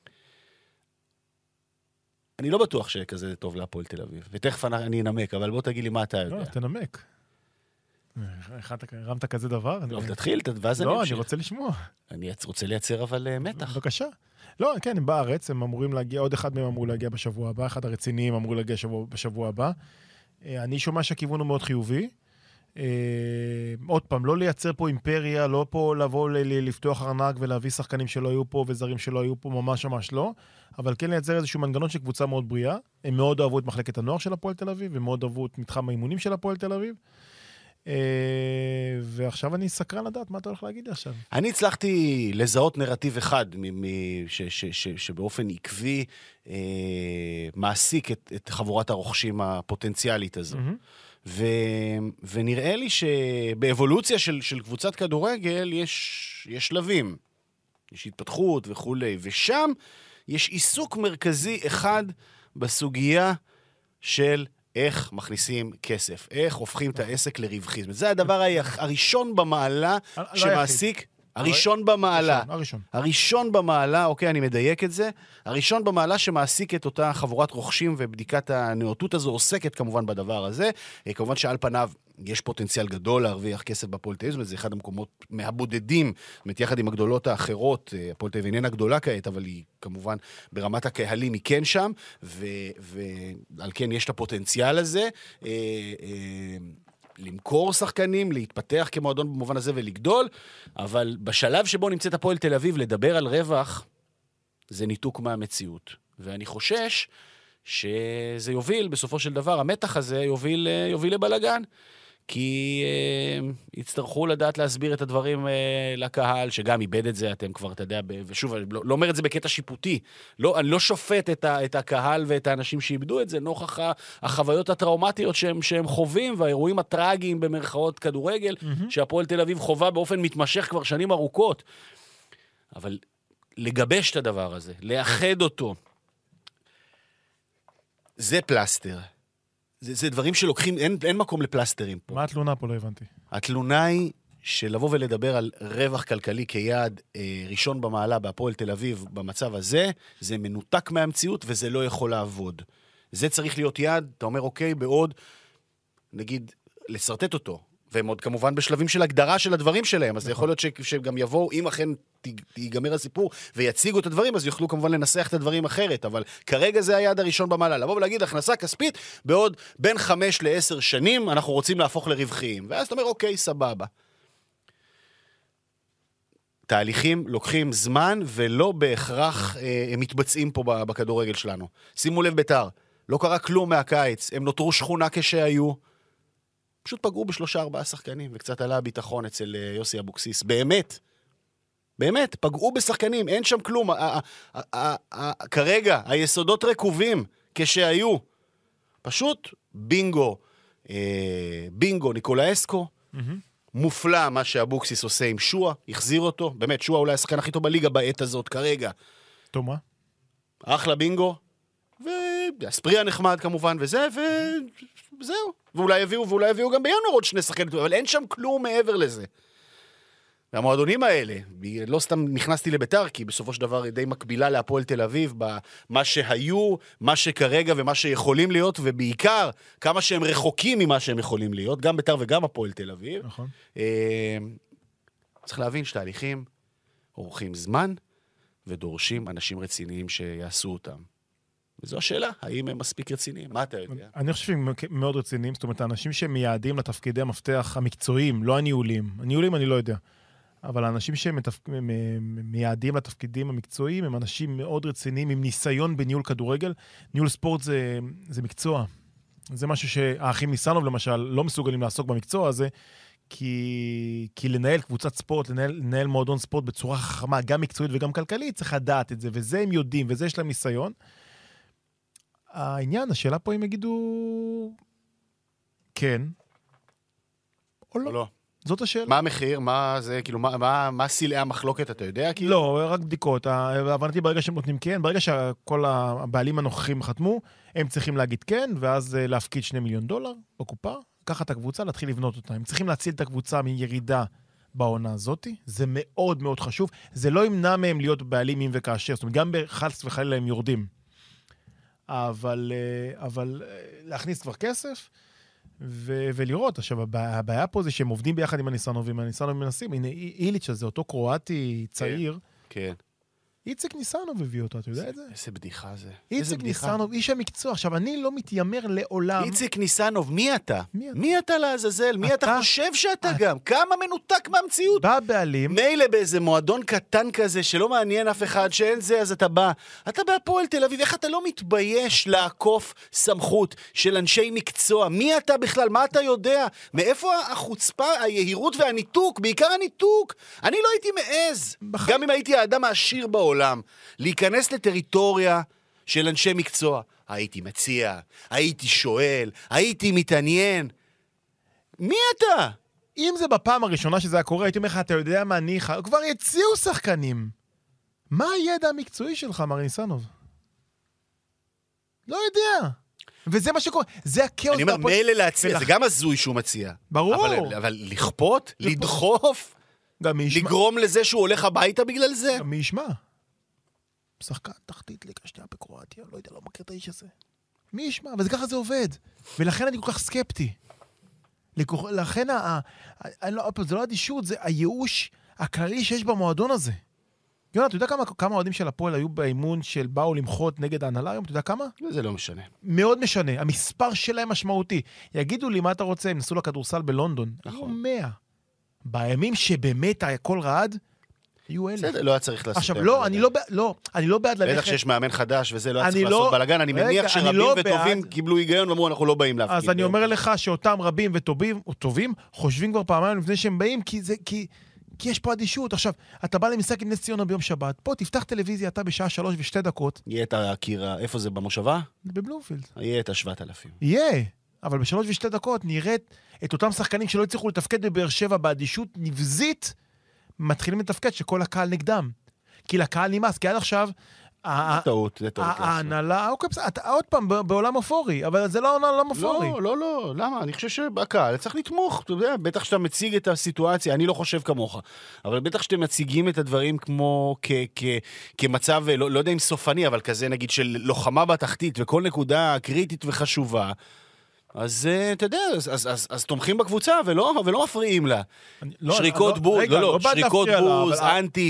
אני לא בטוח שכזה טוב להפועל תל אביב, ותכף אני אנמק, אבל בוא תגיד לי מה אתה יודע. לא, תנמק. הרמת כזה דבר? לא, תתחיל, ואז אני אמשיך. לא, אני רוצה לשמוע. אני רוצה לייצר אבל מתח. בבקשה. לא, כן, הם בארץ, הם אמורים להגיע, עוד אחד מהם אמור להגיע בשבוע הבא, אחד הרציניים אמור להגיע בשבוע הבא. אני שומע שהכיוון הוא מאוד חיובי. עוד פעם, לא לייצר פה אימפריה, לא פה לבוא לפתוח ארנק ולהביא שחקנים שלא היו פה וזרים שלא היו פה, ממש לא, אבל כן לייצר איזשהו מנגנון של קבוצה מאוד בריאה. הם מאוד אהבו את מחלקת הנוער של הפועל תל אביב, הם מאוד אהבו את מתחם האימונים של הפועל תל אביב. ועכשיו אני סקרן לדעת מה אתה הולך להגיד לי עכשיו. אני הצלחתי לזהות נרטיב אחד, שבאופן עקבי מעסיק את חבורת הרוכשים הפוטנציאלית הזו. ונראה לי שבאבולוציה של קבוצת כדורגל יש שלבים, יש התפתחות וכו', ושם יש עיסוק מרכזי אחד בסוגיה של איך מכניסים כסף, איך הופכים את העסק לרווחי. זה הדבר הראשון במעלה שמעסיק, הראשון במעלה, אוקיי, אני מדייק את זה, הראשון במעלה שמעסיק את אותה חבורת רוכשים ובדיקת הנאותות הזו עוסקת כמובן בדבר הזה. כמובן שעל פניו יש פוטנציאל גדול להרוויח כסף בהפועל תל אביב, זה אחד המקומות מהבודדים, זאת אומרת, יחד עם הגדולות האחרות, הפועל תל אביב איננה גדולה כעת, אבל היא כמובן ברמת הקהלים היא כן שם, ועל כן יש את הפוטנציאל הזה, למכור שחקנים, להתפתח כמועדון במובן הזה ולגדול, אבל בשלב שבו נמצאת הפועל תל אביב, לדבר על רווח, זה ניתוק מהמציאות. ואני חושש שזה יוביל, בסופו של דבר, המתח הזה יוביל לבלגן, כי יצטרכו לדעת להסביר את הדברים לקהל, שגם איבד את זה, אתם כבר, אתה יודע, ושוב, אני לא אומר את זה בקטע שיפוטי, אני לא שופט את הקהל ואת האנשים שאיבדו את זה, נוכח החוויות הטראומטיות שהם חווים, והאירועים הטרגיים במרכאות כדורגל, שהפועל תל אביב חובה באופן מתמשך כבר שנים ארוכות. אבל לגבש את הדבר הזה, לאחד אותו, זה פלסטר. זה דברים שלוקחים, אין מקום לפלסטרים פה. מה התלונה פה? לא הבנתי. התלונה היא שלבוא ולדבר על רווח כלכלי כיעד ראשון במעלה בהפועל תל אביב במצב הזה, זה מנותק מהמציאות וזה לא יכול לעבוד. זה צריך להיות יעד, אתה אומר אוקיי, בעוד, נגיד, לסרטט אותו, והם עוד כמובן בשלבים של הגדרה של הדברים שלהם, אז זה יכול להיות שגם יבואו, אם אכן ייגמר הסיפור ויציגו את הדברים, אז יוכלו כמובן לנסח את הדברים אחרת, אבל כרגע זה היעד הראשון במעלה, לבוא ולהגיד הכנסה כספית, בעוד בין 5 ל-10 שנים אנחנו רוצים להפוך לרווחיים, ואז אתה אומר אוקיי, סבבה. תהליכים לוקחים זמן, ולא בהכרח הם מתבצעים פה בכדורגל שלנו. שימו לב ביתר, לא קרה כלום מהקיץ, הם נותרו שכונה כשהיו, פשוט פגעו ב3-4 שחקנים, וקצת עלה הביטחון אצל יוסי אבוקסיס. באמת, פגעו בשחקנים, אין שם כלום. כרגע, היסודות רקובים כשהיו. פשוט בינגו, ניקולאסקו, מופלא מה שאבוקסיס עושה עם שואה, החזיר אותו, באמת, שואה אולי השחקן הכי טוב בליגה בעת הזאת כרגע. טוב, מה? אחלה בינגו, והספריה נחמד כמובן, וזהו. ואולי יביאו גם בינואר עוד 2 שחקנים, אבל אין שם כלום מעבר לזה. והמועדונים האלה, לא סתם נכנסתי לביתר, כי בסופו של דבר די מקבילה להפועל תל אביב, במה שהיו, מה שכרגע ומה שיכולים להיות, ובעיקר כמה שהם רחוקים ממה שהם יכולים להיות, גם ביתר וגם הפועל תל אביב. נכון. צריך להבין שתהליכים אורחים זמן, ודורשים אנשים רציניים שיעשו אותם. וזו השאלה, האם הם מספיק רציניים? מה אתה יודע? אני חושב שהם מאוד רציניים, זאת אומרת, האנשים שמייעדים לתפקידי המפתח המקצועיים, לא הניהולים. הניהולים אני לא יודע. אבל האנשים שמייעדים לתפקידים המקצועיים, הם אנשים מאוד רציניים, עם ניסיון בניהול כדורגל. ניהול ספורט זה מקצוע. זה משהו שהאחים ניסנוב, למשל, לא מסוגלים לעסוק במקצוע הזה, כי לנהל קבוצת ספורט, לנהל מועדון ספורט בצורה חכמה, גם מקצועית וגם כלכלית, צריך לדעת את זה, וזה הם יודעים, וזה יש להם ניסיון. העניין, השאלה פה הם יגידו כן או לא. לא. זאת השאלה. מה המחיר? מה זה, כאילו, מה סלעי המחלוקת, אתה יודע? כאילו? לא, רק בדיקות. הבנתי ברגע שהם נותנים כן, ברגע שכל הבעלים הנוכחים חתמו, הם צריכים להגיד כן, ואז להפקיד $2 מיליון בקופה, לקחת את הקבוצה, להתחיל לבנות אותה. הם צריכים להציל את הקבוצה מירידה בעונה הזאת. זה מאוד מאוד חשוב. זה לא ימנע מהם להיות בעלים אם וכאשר. זאת אומרת, גם בחלץ וחלילה הם יורדים. אבל להכניס כבר כסף ולראות. עכשיו, הבעיה פה זה שהם עובדים ביחד עם הניסנובים, הניסנובים מנסים. הנה, איליץ' הזה, אותו קרואטי צעיר, כן. איציק ניסנוב הביא אותו, אתה יודע את זה? איזה בדיחה זה. איציק ניסנוב, איש המקצוע. עכשיו, אני לא מתיימר לעולם... איציק ניסנוב, מי אתה? מי מי אתה לעזאזל? מי אתה חושב שאתה גם? כמה מנותק מהמציאות? בא בעלים... מילא באיזה מועדון קטן כזה, שלא מעניין אף אחד, שאין זה, אז אתה בא. אתה בהפועל תל אביב, איך אתה לא מתבייש לעקוף סמכות של אנשי מקצוע? מי אתה בכלל? מה אתה יודע? מאיפה החוצפה, היהירות והניתוק? בעיקר הניתוק. אני לא הייתי מעז, גם אם הייתי האדם העשיר בעולם, להיכנס לטריטוריה של אנשי מקצוע. הייתי מציע, הייתי שואל, הייתי מתעניין. מי אתה? אם זה בפעם הראשונה שזה היה קורה, הייתי אומר לך, אתה יודע מה ניחה? כבר יציעו שחקנים. מה הידע המקצועי שלך, מר ניסנוב? לא יודע. וזה מה שקורה, זה הכאוס. אני אומר, מילא להציע, זה גם הזוי שהוא מציע. ברור. אבל לכפות, לדחוף, גם מי ישמע. לגרום לזה שהוא הולך הביתה בגלל זה? גם מי ישמע. שחקן תחתית ליגה שנייה בקרואטיה, לא יודע, לא מכיר את האיש הזה. מי ישמע? וזה ככה זה עובד. ולכן אני כל כך סקפטי. לכן, זה לא אדישות, זה הייאוש הכללי שיש במועדון הזה. יונה, אתה יודע כמה אוהדים של הפועל היו באימון של באו למחות נגד ההנהלה היום? אתה יודע כמה? זה לא משנה. מאוד משנה. המספר שלהם משמעותי. יגידו לי מה אתה רוצה, הם נסו לכדורסל בלונדון. נכון. היו 100. בימים שבאמת הכל רעד, היו 1,000. זה לא היה צריך לעשות. עכשיו, לא, אני לא בעד ללכת. בטח שיש מאמן חדש וזה לא היה צריך לעשות בלגן. אני מניח שרבים וטובים קיבלו היגיון ואמרו, אנחנו לא באים להפקיד. אז אני אומר לך שאותם רבים וטובים חושבים כבר פעמיים לפני שהם באים, כי יש פה אדישות. עכשיו, אתה בא למשחק עם נס ציונה ביום שבת, פה תפתח טלוויזיה, אתה בשעה 3:02. יהיה את הקירה, איפה זה במושבה? בבלומפילד. יהיה את 7,000. יהיה, אבל ב3:02 נראית את אותם שחקנים שלא הצליחו לתפקד בבאר שבע באדישות נבזית, מתחילים לתפקד שכל הקהל נגדם. כי לקהל נמאס, כי עד עכשיו... זה טעות. ההנהלה, אוקיי, עוד פעם, בעולם אפורי, אבל זה לא עולם אפורי. לא, למה? אני חושב שבקהל צריך לתמוך, אתה יודע, בטח שאתה מציג את הסיטואציה, אני לא חושב כמוך, אבל בטח שאתם מציגים את הדברים כמו כמצב, לא יודע אם סופני, אבל כזה נגיד של לוחמה בתחתית, וכל נקודה קריטית וחשובה, אז אתה יודע, אז תומכים בקבוצה ולא מפריעים לה. שריקות בוז, שריקות בוז, אנטי,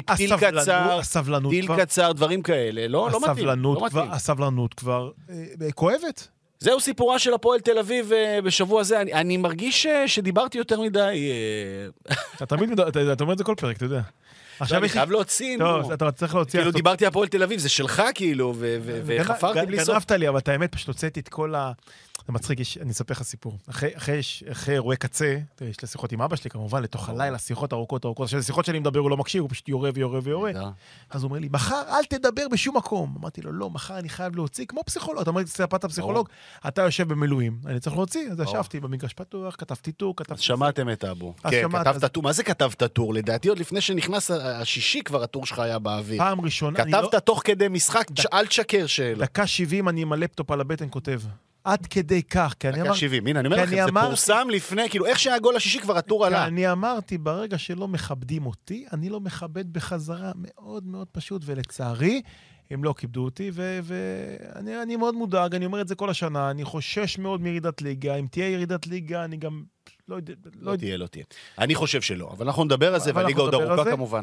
טיל קצר, דברים כאלה, לא מתאים. הסבלנות כבר כואבת. זהו סיפורה של הפועל תל אביב בשבוע הזה. אני מרגיש שדיברתי יותר מדי. אתה אומר את זה כל פרק, אתה יודע. אני חייב להוציא. טוב, אתה צריך להוציא. כאילו דיברתי על הפועל תל אביב, זה שלך כאילו, וחפרתי בלי סוף. גנבת לי, אבל את האמת פשוט הוצאתי את כל ה... זה מצחיק, אני אספר לך סיפור. אחרי אירועי קצה, יש לי שיחות עם אבא שלי, כמובן, לתוך הלילה, שיחות ארוכות. עכשיו, שיחות שלי מדבר, הוא לא מקשיב, הוא פשוט יורה ויורה ויורה. אז הוא אומר לי, מחר אל תדבר בשום מקום. אמרתי לו, לא, מחר אני חייב להוציא, כמו פסיכולוג. אתה אומר לי, ספת הפסיכולוג, אתה יושב במילואים, אני צריך להוציא, אז ישבתי במגרש פתוח, כתבתי טור, אז שמעתם את אבו. כן, כתבת טור. מה זה כתבת טור? לדעתי, עוד לפני שנכנס השישי כבר הטור שלך היה באוויר. פעם ראשונה. כתבת תוך כדי משחק, אל תשקר שאלה. דקה 70 אני עם הלפטופ על הבטן כותב. עד כדי כך, כי אני אמרתי... דקה 70, הנה, אני אומר לכם, זה פורסם לפני, כאילו, איך שהגול השישי כבר הטור עלה. אני אמרתי, ברגע שלא מכבדים אותי, אני לא מכבד בחזרה, מאוד מאוד פשוט, ולצערי, הם לא כיבדו אותי, ואני מאוד מודאג, אני אומר את זה כל השנה, אני חושש מאוד מירידת ליגה, אם תהיה ירידת ליגה, אני גם... לא תהיה. אני חושב שלא, אבל אנחנו נדבר על זה, והליגה עוד ארוכה כמובן.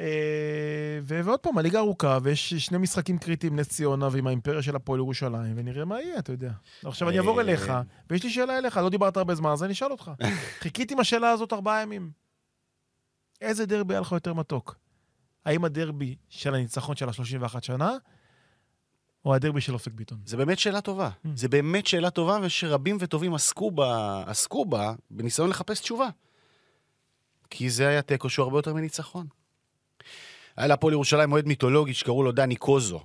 ועוד פעם, הליגה ארוכה, ויש 2 משחקים קריטיים, נס ציונה ועם האימפריה של הפועל ירושלים, ונראה מה יהיה, אתה יודע. עכשיו אני אעבור אליך, ויש לי שאלה אליך, לא דיברת הרבה זמן, אז אני אשאל אותך. חיכיתי עם השאלה הזאת 4 ימים. איזה דרבי היה לך יותר מתוק? האם הדרבי של הניצחון של 31 שנה, או הדרבי של אופק ביטון? זה באמת שאלה טובה. זה באמת שאלה טובה, ושרבים וטובים עסקו בה בניסיון לחפש תשובה. כי זה היה תיקו שהוא הרבה יותר מניצחון. היה להפועל ירושלים מועד מיתולוגי שקראו לו דני קוזו.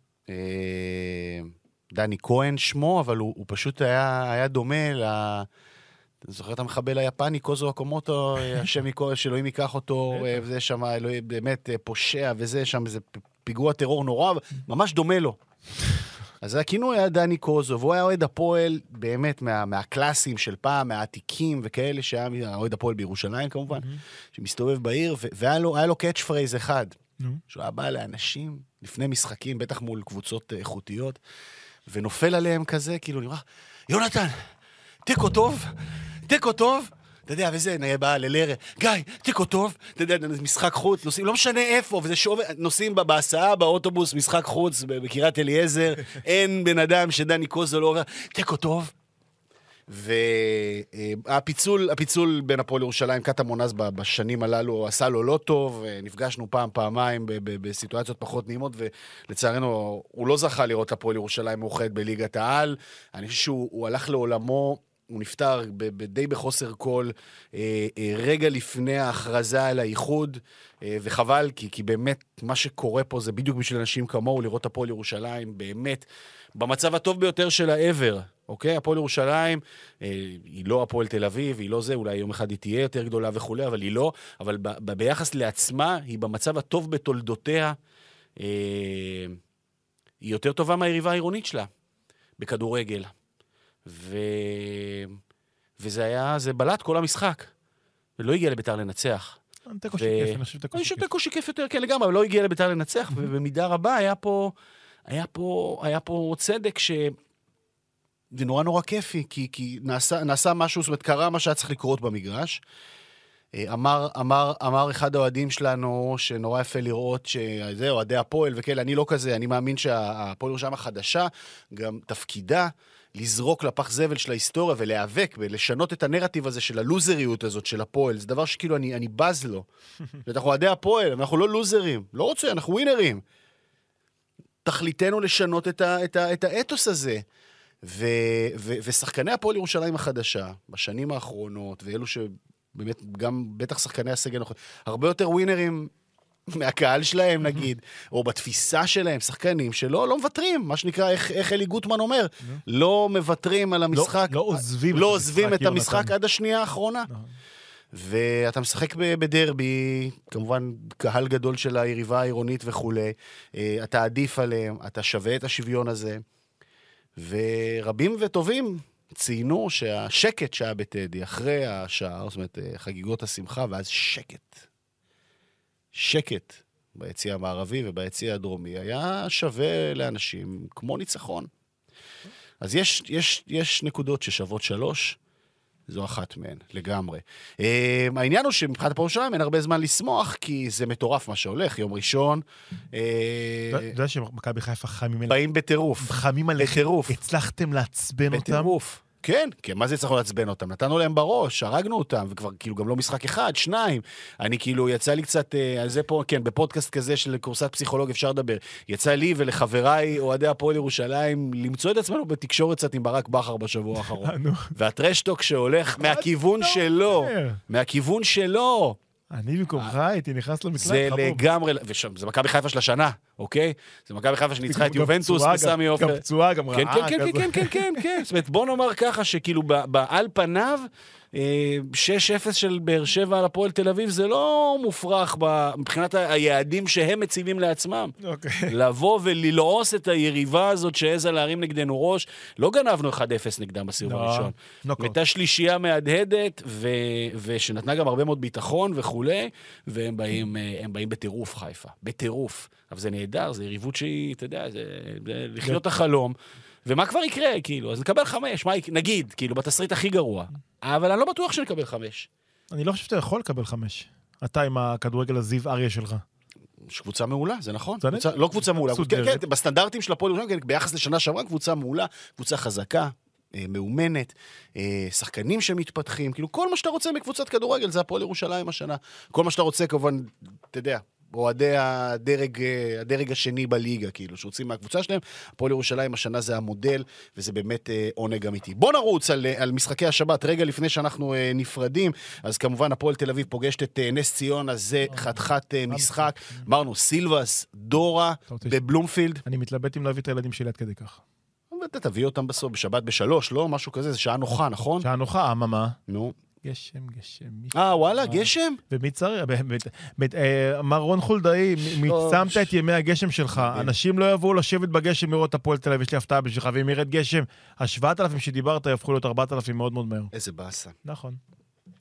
דני כהן שמו, אבל הוא פשוט היה דומה אתה זוכר את המחבל היפני, קוזו אקומוטו, השם שאלוהים ייקח אותו, וזה שם באמת פושע, וזה שם איזה פיגוע טרור נורא, ממש דומה לו. אז הכינוי היה דני קוזו, והוא היה אוהד הפועל באמת מהקלאסים של פעם, מהעתיקים וכאלה, שהיה אוהד הפועל בירושלים כמובן, שמסתובב בעיר, והיה לו קאץ' פרייז אחד, שהוא היה בא לאנשים לפני משחקים, בטח מול קבוצות איכותיות, ונופל עליהם כזה, כאילו נראה, יונתן, תיקו טוב, אתה יודע, וזה, בא ללרה, גיא, תיקו טוב, אתה יודע, משחק חוץ, נוסעים, לא משנה איפה, וזה שוב, נוסעים בהסעה, באוטובוס, משחק חוץ, בקירת אליעזר, אין בן אדם שדני קוזו לא עובר, תיקו טוב. והפיצול בין הפועל ירושלים, קטמונז בשנים הללו עשה לו לא טוב, נפגשנו פעמיים בסיטואציות פחות נעימות, ולצערנו הוא לא זכה לראות הפועל ירושלים מאוחד בליגת העל, אני חושב שהוא הלך לעולמו, הוא נפטר די בחוסר כל רגע לפני ההכרזה על האיחוד, וחבל, כי באמת מה שקורה פה זה בדיוק בשביל אנשים כמוהו, לראות הפועל ירושלים באמת במצב הטוב ביותר של העבר, אוקיי? הפועל ירושלים, היא לא הפועל תל אביב, היא לא זה, אולי יום אחד היא תהיה יותר גדולה וכו', אבל היא לא, אבל ביחס לעצמה, היא במצב הטוב בתולדותיה, היא יותר טובה מהיריבה העירונית שלה, בכדורגל. וזה היה, זה בלט כל המשחק, ולא הגיע לביתר לנצח. תיקו שיקף, אני חושב אני חושב תיקו שיקף יותר, כן לגמרי, אבל לא הגיע לביתר לנצח, ובמידה רבה היה פה צדק זה נורא נורא כיפי, כי נעשה משהו, זאת אומרת, קרה מה שהיה צריך לקרות במגרש. אמר אחד האוהדים שלנו, שנורא יפה לראות שזה אוהדי הפועל וכאלה, אני לא כזה, אני מאמין שהפועל ירושלים החדשה, גם תפקידה לזרוק לפח זבל של ההיסטוריה ולהיאבק ולשנות את הנרטיב הזה של הלוזריות הזאת של הפועל. זה דבר שכאילו אני בז לו. אנחנו אוהדי הפועל, אנחנו לא לוזרים, לא רוצה, אנחנו ווינרים. תכליתנו לשנות את האתוס הזה. ושחקני הפועל ירושלים החדשה, בשנים האחרונות, ואלו שבאמת גם בטח שחקני הסגל, הרבה יותר ווינרים מהקהל שלהם נגיד, או בתפיסה שלהם, שחקנים שלא לא מוותרים, מה שנקרא, איך אלי גוטמן אומר, לא מוותרים על המשחק, לא עוזבים את המשחק עד השנייה האחרונה. ואתה משחק בדרבי, כמובן קהל גדול של היריבה העירונית וכו', אתה עדיף עליהם, אתה שווה את השוויון הזה, ורבים וטובים ציינו שהשקט שהיה בטדי אחרי השער, זאת אומרת חגיגות השמחה, ואז שקט ביציע המערבי וביציע הדרומי, היה שווה לאנשים כמו ניצחון. אז יש נקודות ששוות 3, זו אחת מהן, לגמרי. העניין הוא שמבחינת הפועל ירושלים אין הרבה זמן לשמוח, כי זה מטורף מה שהולך, יום ראשון. אתה יודע שמכבי חיפה חמים עליהם. באים בטירוף. חמים עליהם. בטירוף. הצלחתם לעצבן אותם? בטירוף. כן, מה זה צריכו לעצבן אותם? נתנו להם בראש, הרגנו אותם, וכבר כאילו גם לא משחק אחד, 2. אני כאילו, יצא לי קצת, על זה פה, כן, בפודקאסט כזה של קורסת פסיכולוג אפשר לדבר. יצא לי ולחבריי, אוהדי הפועל ירושלים, למצוא את עצמנו בתקשורת קצת עם ברק בכר בשבוע האחרון. והטרשטוק שהולך מהכיוון שלו. אני במקומך הייתי נכנס למקלט זה לגמרי, וזה מכבי חיפה של השנה, אוקיי? זה מכבי חיפה שניצחה את יובנטוס וסמי עופר. גם פצועה, גם רעה. כן. זאת אומרת, בוא נאמר ככה שכאילו על פניו, 6-0 של באר שבע על הפועל תל אביב, זה לא מופרך מבחינת היעדים שהם מציבים לעצמם. לבוא וללעוס את היריבה הזאת שעזה להרים נגדנו ראש, לא גנבנו 1-0 נגדם בסיבוב הראשון. הייתה שלישייה מהדהדת, ושנתנה גם הרבה מאוד ביטחון וכו', והם באים בטירוף חיפה, בטירוף. אבל זה נהדר, זה יריבות שהיא, אתה יודע, זה לחיות החלום. ומה כבר יקרה, כאילו? אז נקבל 5, נגיד, כאילו, בתסריט הכי גרוע. אבל אני לא בטוח שנקבל 5. אני לא חושב שאתה יכול לקבל 5. אתה עם הכדורגל הזיו אריה שלך. יש קבוצה מעולה, זה נכון. לא קבוצה מעולה. כן, בסטנדרטים של הפועל ירושלים, ביחס לשנה שעברה, קבוצה מעולה, קבוצה חזקה, מאומנת, שחקנים שמתפתחים, כאילו, כל מה שאתה רוצה מקבוצת כדורגל, זה הפועל ירושלים השנה. כל מה שאתה רוצה, כמובן, אתה יודע, אוהדי הדרג השני בליגה, כאילו, שרוצים מהקבוצה שלהם, הפועל ירושלים השנה זה המודל, וזה באמת עונג אמיתי. בוא נרוץ על משחקי השבת, רגע לפני שאנחנו נפרדים, אז כמובן הפועל תל אביב פוגשת את נס ציון, אז זה חתיכת משחק, אמרנו, סילבס, דורה, בבלומפילד. אני מתלבט אם להביא את הילדים שלי עד כדי כך. ואתה תביא אותם בסוף, בשבת ב3, לא? משהו כזה, זה שעה נוחה, נכון? שעה נוחה, מה? נו. גשם. וואלה, גשם? ומי צריך? אמר רון חולדאי, מצמת את ימי הגשם שלך. אנשים לא יבואו לשבת בגשם לראות הפועל תל אביב, יש לי הפתעה בשבילך, ואם ירד גשם, ה7,000 שדיברת יהפכו להיות 4,000 מאוד מאוד מהר. איזה באסה. נכון.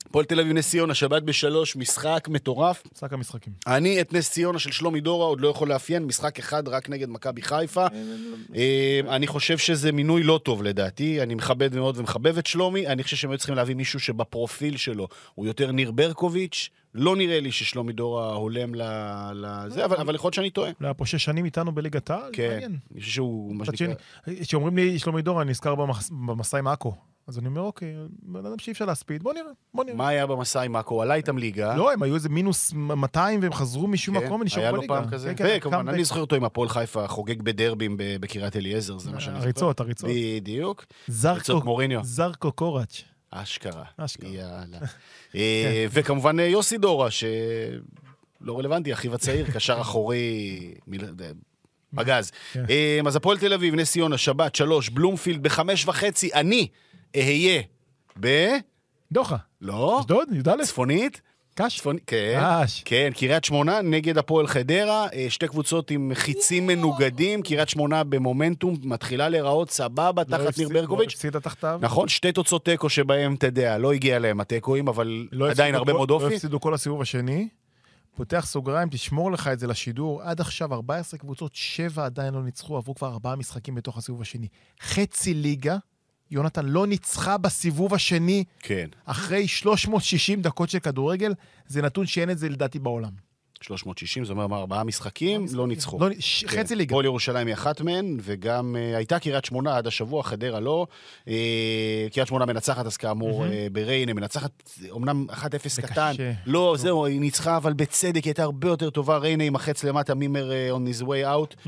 הפועל תל אביב נס ציונה, שבת ב-3, משחק מטורף. משחק המשחקים. אני את נס ציונה של שלומי דורה עוד לא יכול לאפיין, משחק אחד רק נגד מכבי חיפה. אני חושב שזה מינוי לא טוב לדעתי, אני מכבד מאוד ומחבב את שלומי, אני חושב שהם צריכים להביא מישהו שבפרופיל שלו הוא יותר ניר ברקוביץ', לא נראה לי ששלומי דורה הולם לזה, אבל יכול להיות שאני טועה. היה פה 6 שנים איתנו בליגת העל, כן, אני חושב שהוא מה שנקרא... שאומרים לי שלומי דורה, אני נזכר במסע עם עכו. אז אני אומר, אוקיי, בן אדם שאי אפשר להספיד, בוא נראה. מה היה במסע עם עכו? עלה איתם ליגה. לא, הם היו איזה מינוס 200 והם חזרו משום מקום ונשארו בליגה. היה לו פעם כזה. וכמובן, אני זוכר אותו עם הפועל חיפה, חוגג בדרבים בקריית אליעזר, זה מה שאני זוכר. הריצות. בדיוק. ריצות מוריניו. זרקו קורץ'. אשכרה. יאללה. וכמובן יוסי דורה, שלא רלוונטי, אחיו הצעיר, קשר אחורי, פגז. אז הפועל תל אביב, נס ציונה, שבת, 3, בלומפילד, ב-5:30, אני אהיה דוחה. לא. אשדוד, י"א. צפונית. קש? כן, קריית שמונה נגד הפועל חדרה, שתי קבוצות עם חיצים מנוגדים, קריית שמונה במומנטום, מתחילה להיראות סבבה, תחת ניר ברקוביץ'. לא הפסידה תחתיו. נכון, שתי תוצאות טקו שבהם, אתה יודע, לא הגיע להם הטקואים, אבל עדיין הרבה מאוד אופי. לא הפסידו כל הסיבוב השני. פותח סוגריים, תשמור לך את זה לשידור. עד עכשיו 14 קבוצות, 7 עדיין לא ניצחו, עברו כבר 4 משחקים בתוך הסיבוב השני. חצי ליגה, יונתן לא ניצחה בסיבוב השני, כן. אחרי 360 דקות של כדורגל, זה נתון שאין את זה לדעתי בעולם. 360, זאת אומרת, 4 משחקים, לא ניצחו. חצי ליגה. פועל ירושלים היא אחת מהן, וגם הייתה קריית שמונה עד השבוע, חדרה לא. קריית שמונה מנצחת, אז כאמור, בריינה, מנצחת, אמנם 1-0 קטן. לא, זהו, היא ניצחה, אבל בצדק, היא הייתה הרבה יותר טובה. ריינה עם החץ למטה, מימר on his way out.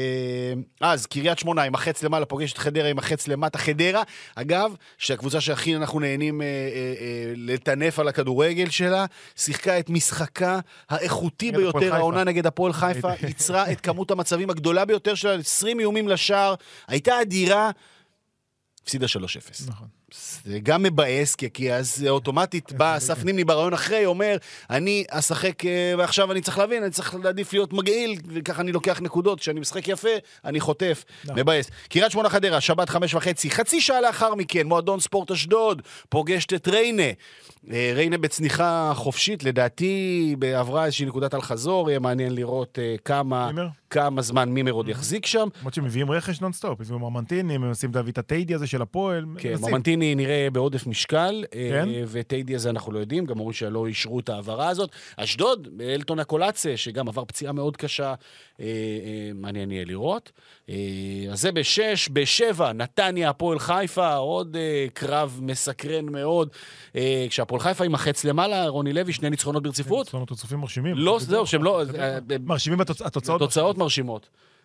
אז קריית שמונה עם החץ למעלה, פוגשת חדרה עם החץ למטה. חדרה, אגב, שהקבוצה שהכי אנחנו נהנים לטנף על הכדורגל שלה, שיחקה את משחקה האיכותי ביותר, העונה נגד הפועל חיפה, יצרה את כמות המצבים הגדולה ביותר שלה, 20 איומים לשער, הייתה אדירה, הפסידה 3-0. נכון. זה גם מבאס, כי אז אוטומטית בא אסף נימני ברעיון אחרי, אומר, אני אשחק, ועכשיו אני צריך להבין, אני צריך להעדיף להיות מגעיל, וככה אני לוקח נקודות, כשאני משחק יפה, אני חוטף, מבאס. קריית שמונה חדרה, שבת 5:30, חצי שעה לאחר מכן, מועדון ספורט אשדוד, פוגשת את ריינה. ריינה בצניחה חופשית, לדעתי, עברה איזושהי נקודת על חזור, יהיה מעניין לראות כמה זמן מימר עוד יחזיק שם. למרות שמביאים רכש נונסטופ, מביאים מרמנטיני, הם עושים להביא את הטיידי הזה של הפועל. כן, מרמנטיני נראה בעודף משקל, וטיידי הזה אנחנו לא יודעים, גם אומרים שלא אישרו את העברה הזאת. אשדוד, אלטון הקולציה, שגם עבר פציעה מאוד קשה, מעניין יהיה לראות. אז זה ב-6, ב-7, נתניה, הפועל חיפה, עוד קרב מסקרן מאוד, כשהפועל חיפה עם החץ למעלה, רוני לוי, 2 ניצחונות ברציפות. ניצחונות רצופים מרשימים. לא, זהו, שהם לא... מרשימים התוצאות מרשימות.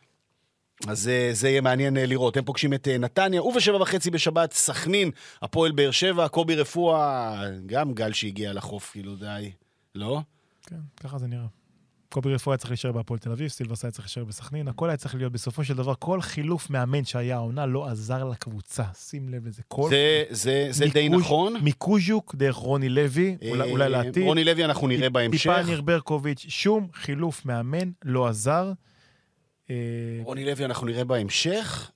אז זה יהיה מעניין לראות. הם פוגשים את נתניה, וב-7:30 בשבת, סכנין, הפועל באר שבע, קובי רפואה, גם גל שהגיע לחוף, כאילו די, לא? כן, ככה זה נראה. קובי רפואה היה צריך להישאר בהפועל תל אביב, סילבס היה צריך להישאר בסכנין, הכל היה צריך להיות בסופו של דבר, כל חילוף מאמן שהיה העונה לא עזר לקבוצה, שים לב לזה. זה די נכון. מקוז'וק דרך רוני לוי, אולי לעתיד. רוני לוי אנחנו נראה בהמשך. טיפה ניר ברקוביץ', שום חילוף מאמן לא עזר. רוני לוי אנחנו נראה בהמשך.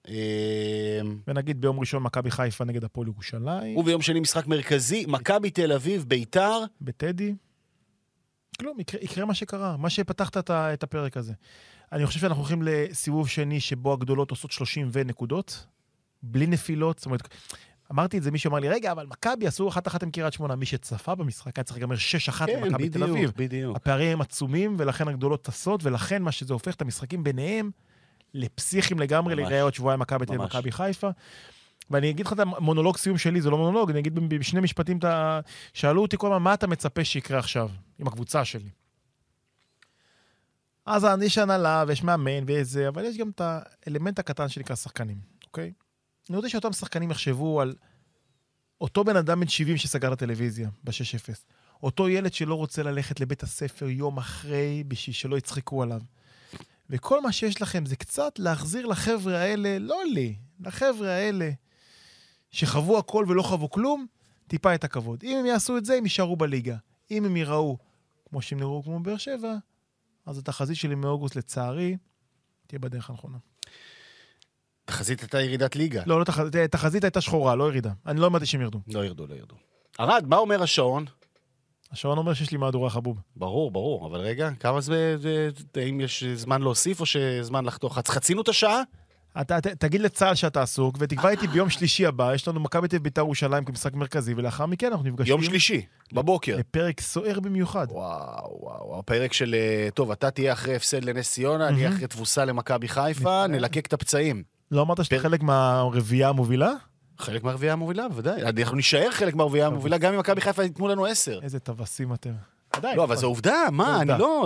ונגיד ביום ראשון מכבי חיפה נגד הפועל ירושלים. וביום שני משחק מרכזי, מכבי תל אביב, ביתר. בטדי. כלום, יקרה מה שקרה, מה שפתחת את הפרק הזה. אני חושב שאנחנו הולכים לסיבוב שני שבו הגדולות עושות 30 ונקודות, בלי נפילות, זאת אומרת, אמרתי את זה, מישהו אמר לי, רגע, אבל מכבי עשו 1-1 עם קריית שמונה, מי שצפה במשחק, היה צריך לגמר 6-1 עם מכבי תל אביב. הפערים הם עצומים, ולכן הגדולות טסות, ולכן מה שזה הופך את המשחקים ביניהם, לפסיכים לגמרי, להיראה עוד שבועיים מכבי תל אביב ומכבי חיפה. ואני אגיד לך את המונולוג סיום שלי, זה לא מונולוג, אני אגיד בשני משפטים, שאלו אותי כל הזמן, מה אתה מצפה שיקרה עכשיו, עם הקבוצה שלי? אז יש הנהלה, ויש מאמן, וזה, אבל יש גם את האלמנט הקטן שנקרא שחקנים, אוקיי? אני רוצה שאותם שחקנים יחשבו על אותו בן אדם בן 70 שסגר לטלוויזיה, ב-6-0. אותו ילד שלא רוצה ללכת לבית הספר יום אחרי, בשביל שלא יצחקו עליו. וכל מה שיש לכם זה קצת להחזיר לחבר'ה האלה, לא לי, לחבר'ה האלה, שחוו הכל ולא חוו כלום, טיפה את הכבוד. אם הם יעשו את זה, הם יישארו בליגה. אם הם ייראו כמו שהם נראו כמו באר שבע, אז התחזית שלי מאוגוסט לצערי, תהיה בדרך הנכונה. תחזית הייתה ירידת ליגה. לא, תחזית הייתה שחורה, לא ירידה. אני לא אמרתי שהם ירדו. לא ירדו. ארד, מה אומר השעון? השעון אומר שיש לי מהדורה חבוב. ברור, אבל רגע, כמה זה, האם יש זמן להוסיף או שזמן לחתוך? חצינו את השעה? תגיד לצהל שאתה עסוק, ותקבע איתי ביום שלישי הבא, יש לנו מכבי תל אביב בית"ר ירושלים כמשחק מרכזי, ולאחר מכן אנחנו נפגשים. יום שלישי, בבוקר. לפרק סוער במיוחד. וואו, הפרק של, טוב, אתה תהיה אחרי הפסד לנס ציונה, אני אחרי תבוסה למכבי חיפה, נלקק את הפצעים. לא אמרת שאתה חלק מהרביעייה המובילה? חלק מהרביעייה המובילה, בוודאי. אנחנו נשאר חלק מהרביעייה המובילה, גם אם מכבי חיפה ייתנו לנו 10. איזה טווסים אתם. לא, אבל זו עובדה, מה, אני לא...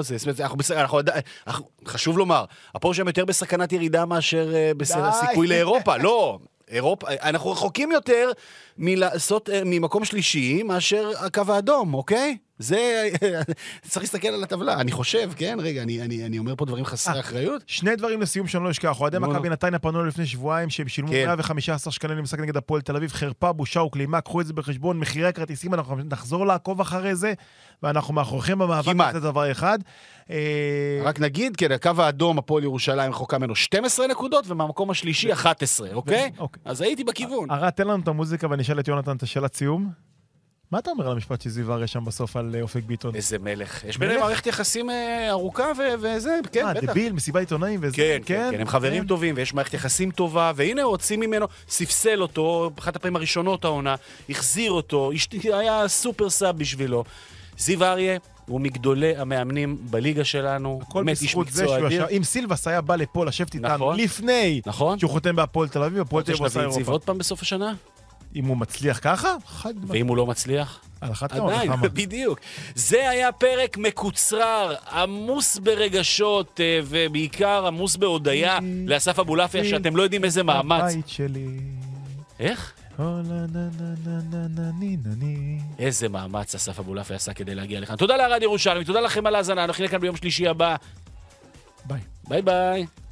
חשוב לומר, הפועל שם יותר בסכנת ירידה מאשר בסיכוי לאירופה, לא. אירופה, אנחנו רחוקים יותר מלעשות ממקום שלישי מאשר הקו האדום, אוקיי? זה, צריך להסתכל על הטבלה, אני חושב, כן? רגע, אני אומר פה דברים חסרי אחריות. שני דברים לסיום שאני לא אשכח, אוהדי מכבי נתניה פנו לפני שבועיים שהם שילמו 115 שקלים למשחק נגד הפועל תל אביב, חרפה, בושה וכלימה, קחו את זה בחשבון, מחירי הכרטיסים, אנחנו נחזור לעקוב אחרי זה, ואנחנו מאחוריכם במאבק הזה דבר אחד. רק נגיד, כן, הקו האדום, הפועל ירושלים רחוקה ממנו 12 נקודות, ומהמקום השלישי 11, אוקיי? אז הייתי בכיוון. הרי תן לנו את המוזיקה ואני אשאל את יונתן את השאלת סיום. מה אתה אומר על המשפט שזיו אריה שם בסוף על אופק ביטון? איזה מלך. יש ביניהם מערכת יחסים ארוכה וזה, כן, בטח. דביל, מסיבה עיתונאים וזה. כן, הם חברים טובים ויש מערכת יחסים טובה, והנה הוציא ממנו, ספסל אותו, אחת הפעמים הראשונות העונה, החזיר אותו, היה סופר סאב בשבילו. זיו אריה הוא מגדולי המאמנים בליגה שלנו. הכל בזכות זה אם סילבס היה בא לפה לשבת איתנו לפני שהוא חותם בהפועל תל אביב, הפועל תל אביב עושה אירופה. עוד פעם בסוף השנה? אם הוא מצליח ככה? ואם הוא לא מצליח? על אחת כמה עדיין, בדיוק. זה היה פרק מקוצרר, עמוס ברגשות, ובעיקר עמוס בהודיה לאסף אבולעפיה, שאתם לא יודעים איזה מאמץ. הבית שלי. איך? איזה מאמץ אסף אבולעפיה עשה כדי להגיע לכאן. תודה לרדיו ירושלים, תודה לכם על ההאזנה, אנחנו נהיה כאן ביום שלישי הבא. ביי. ביי ביי.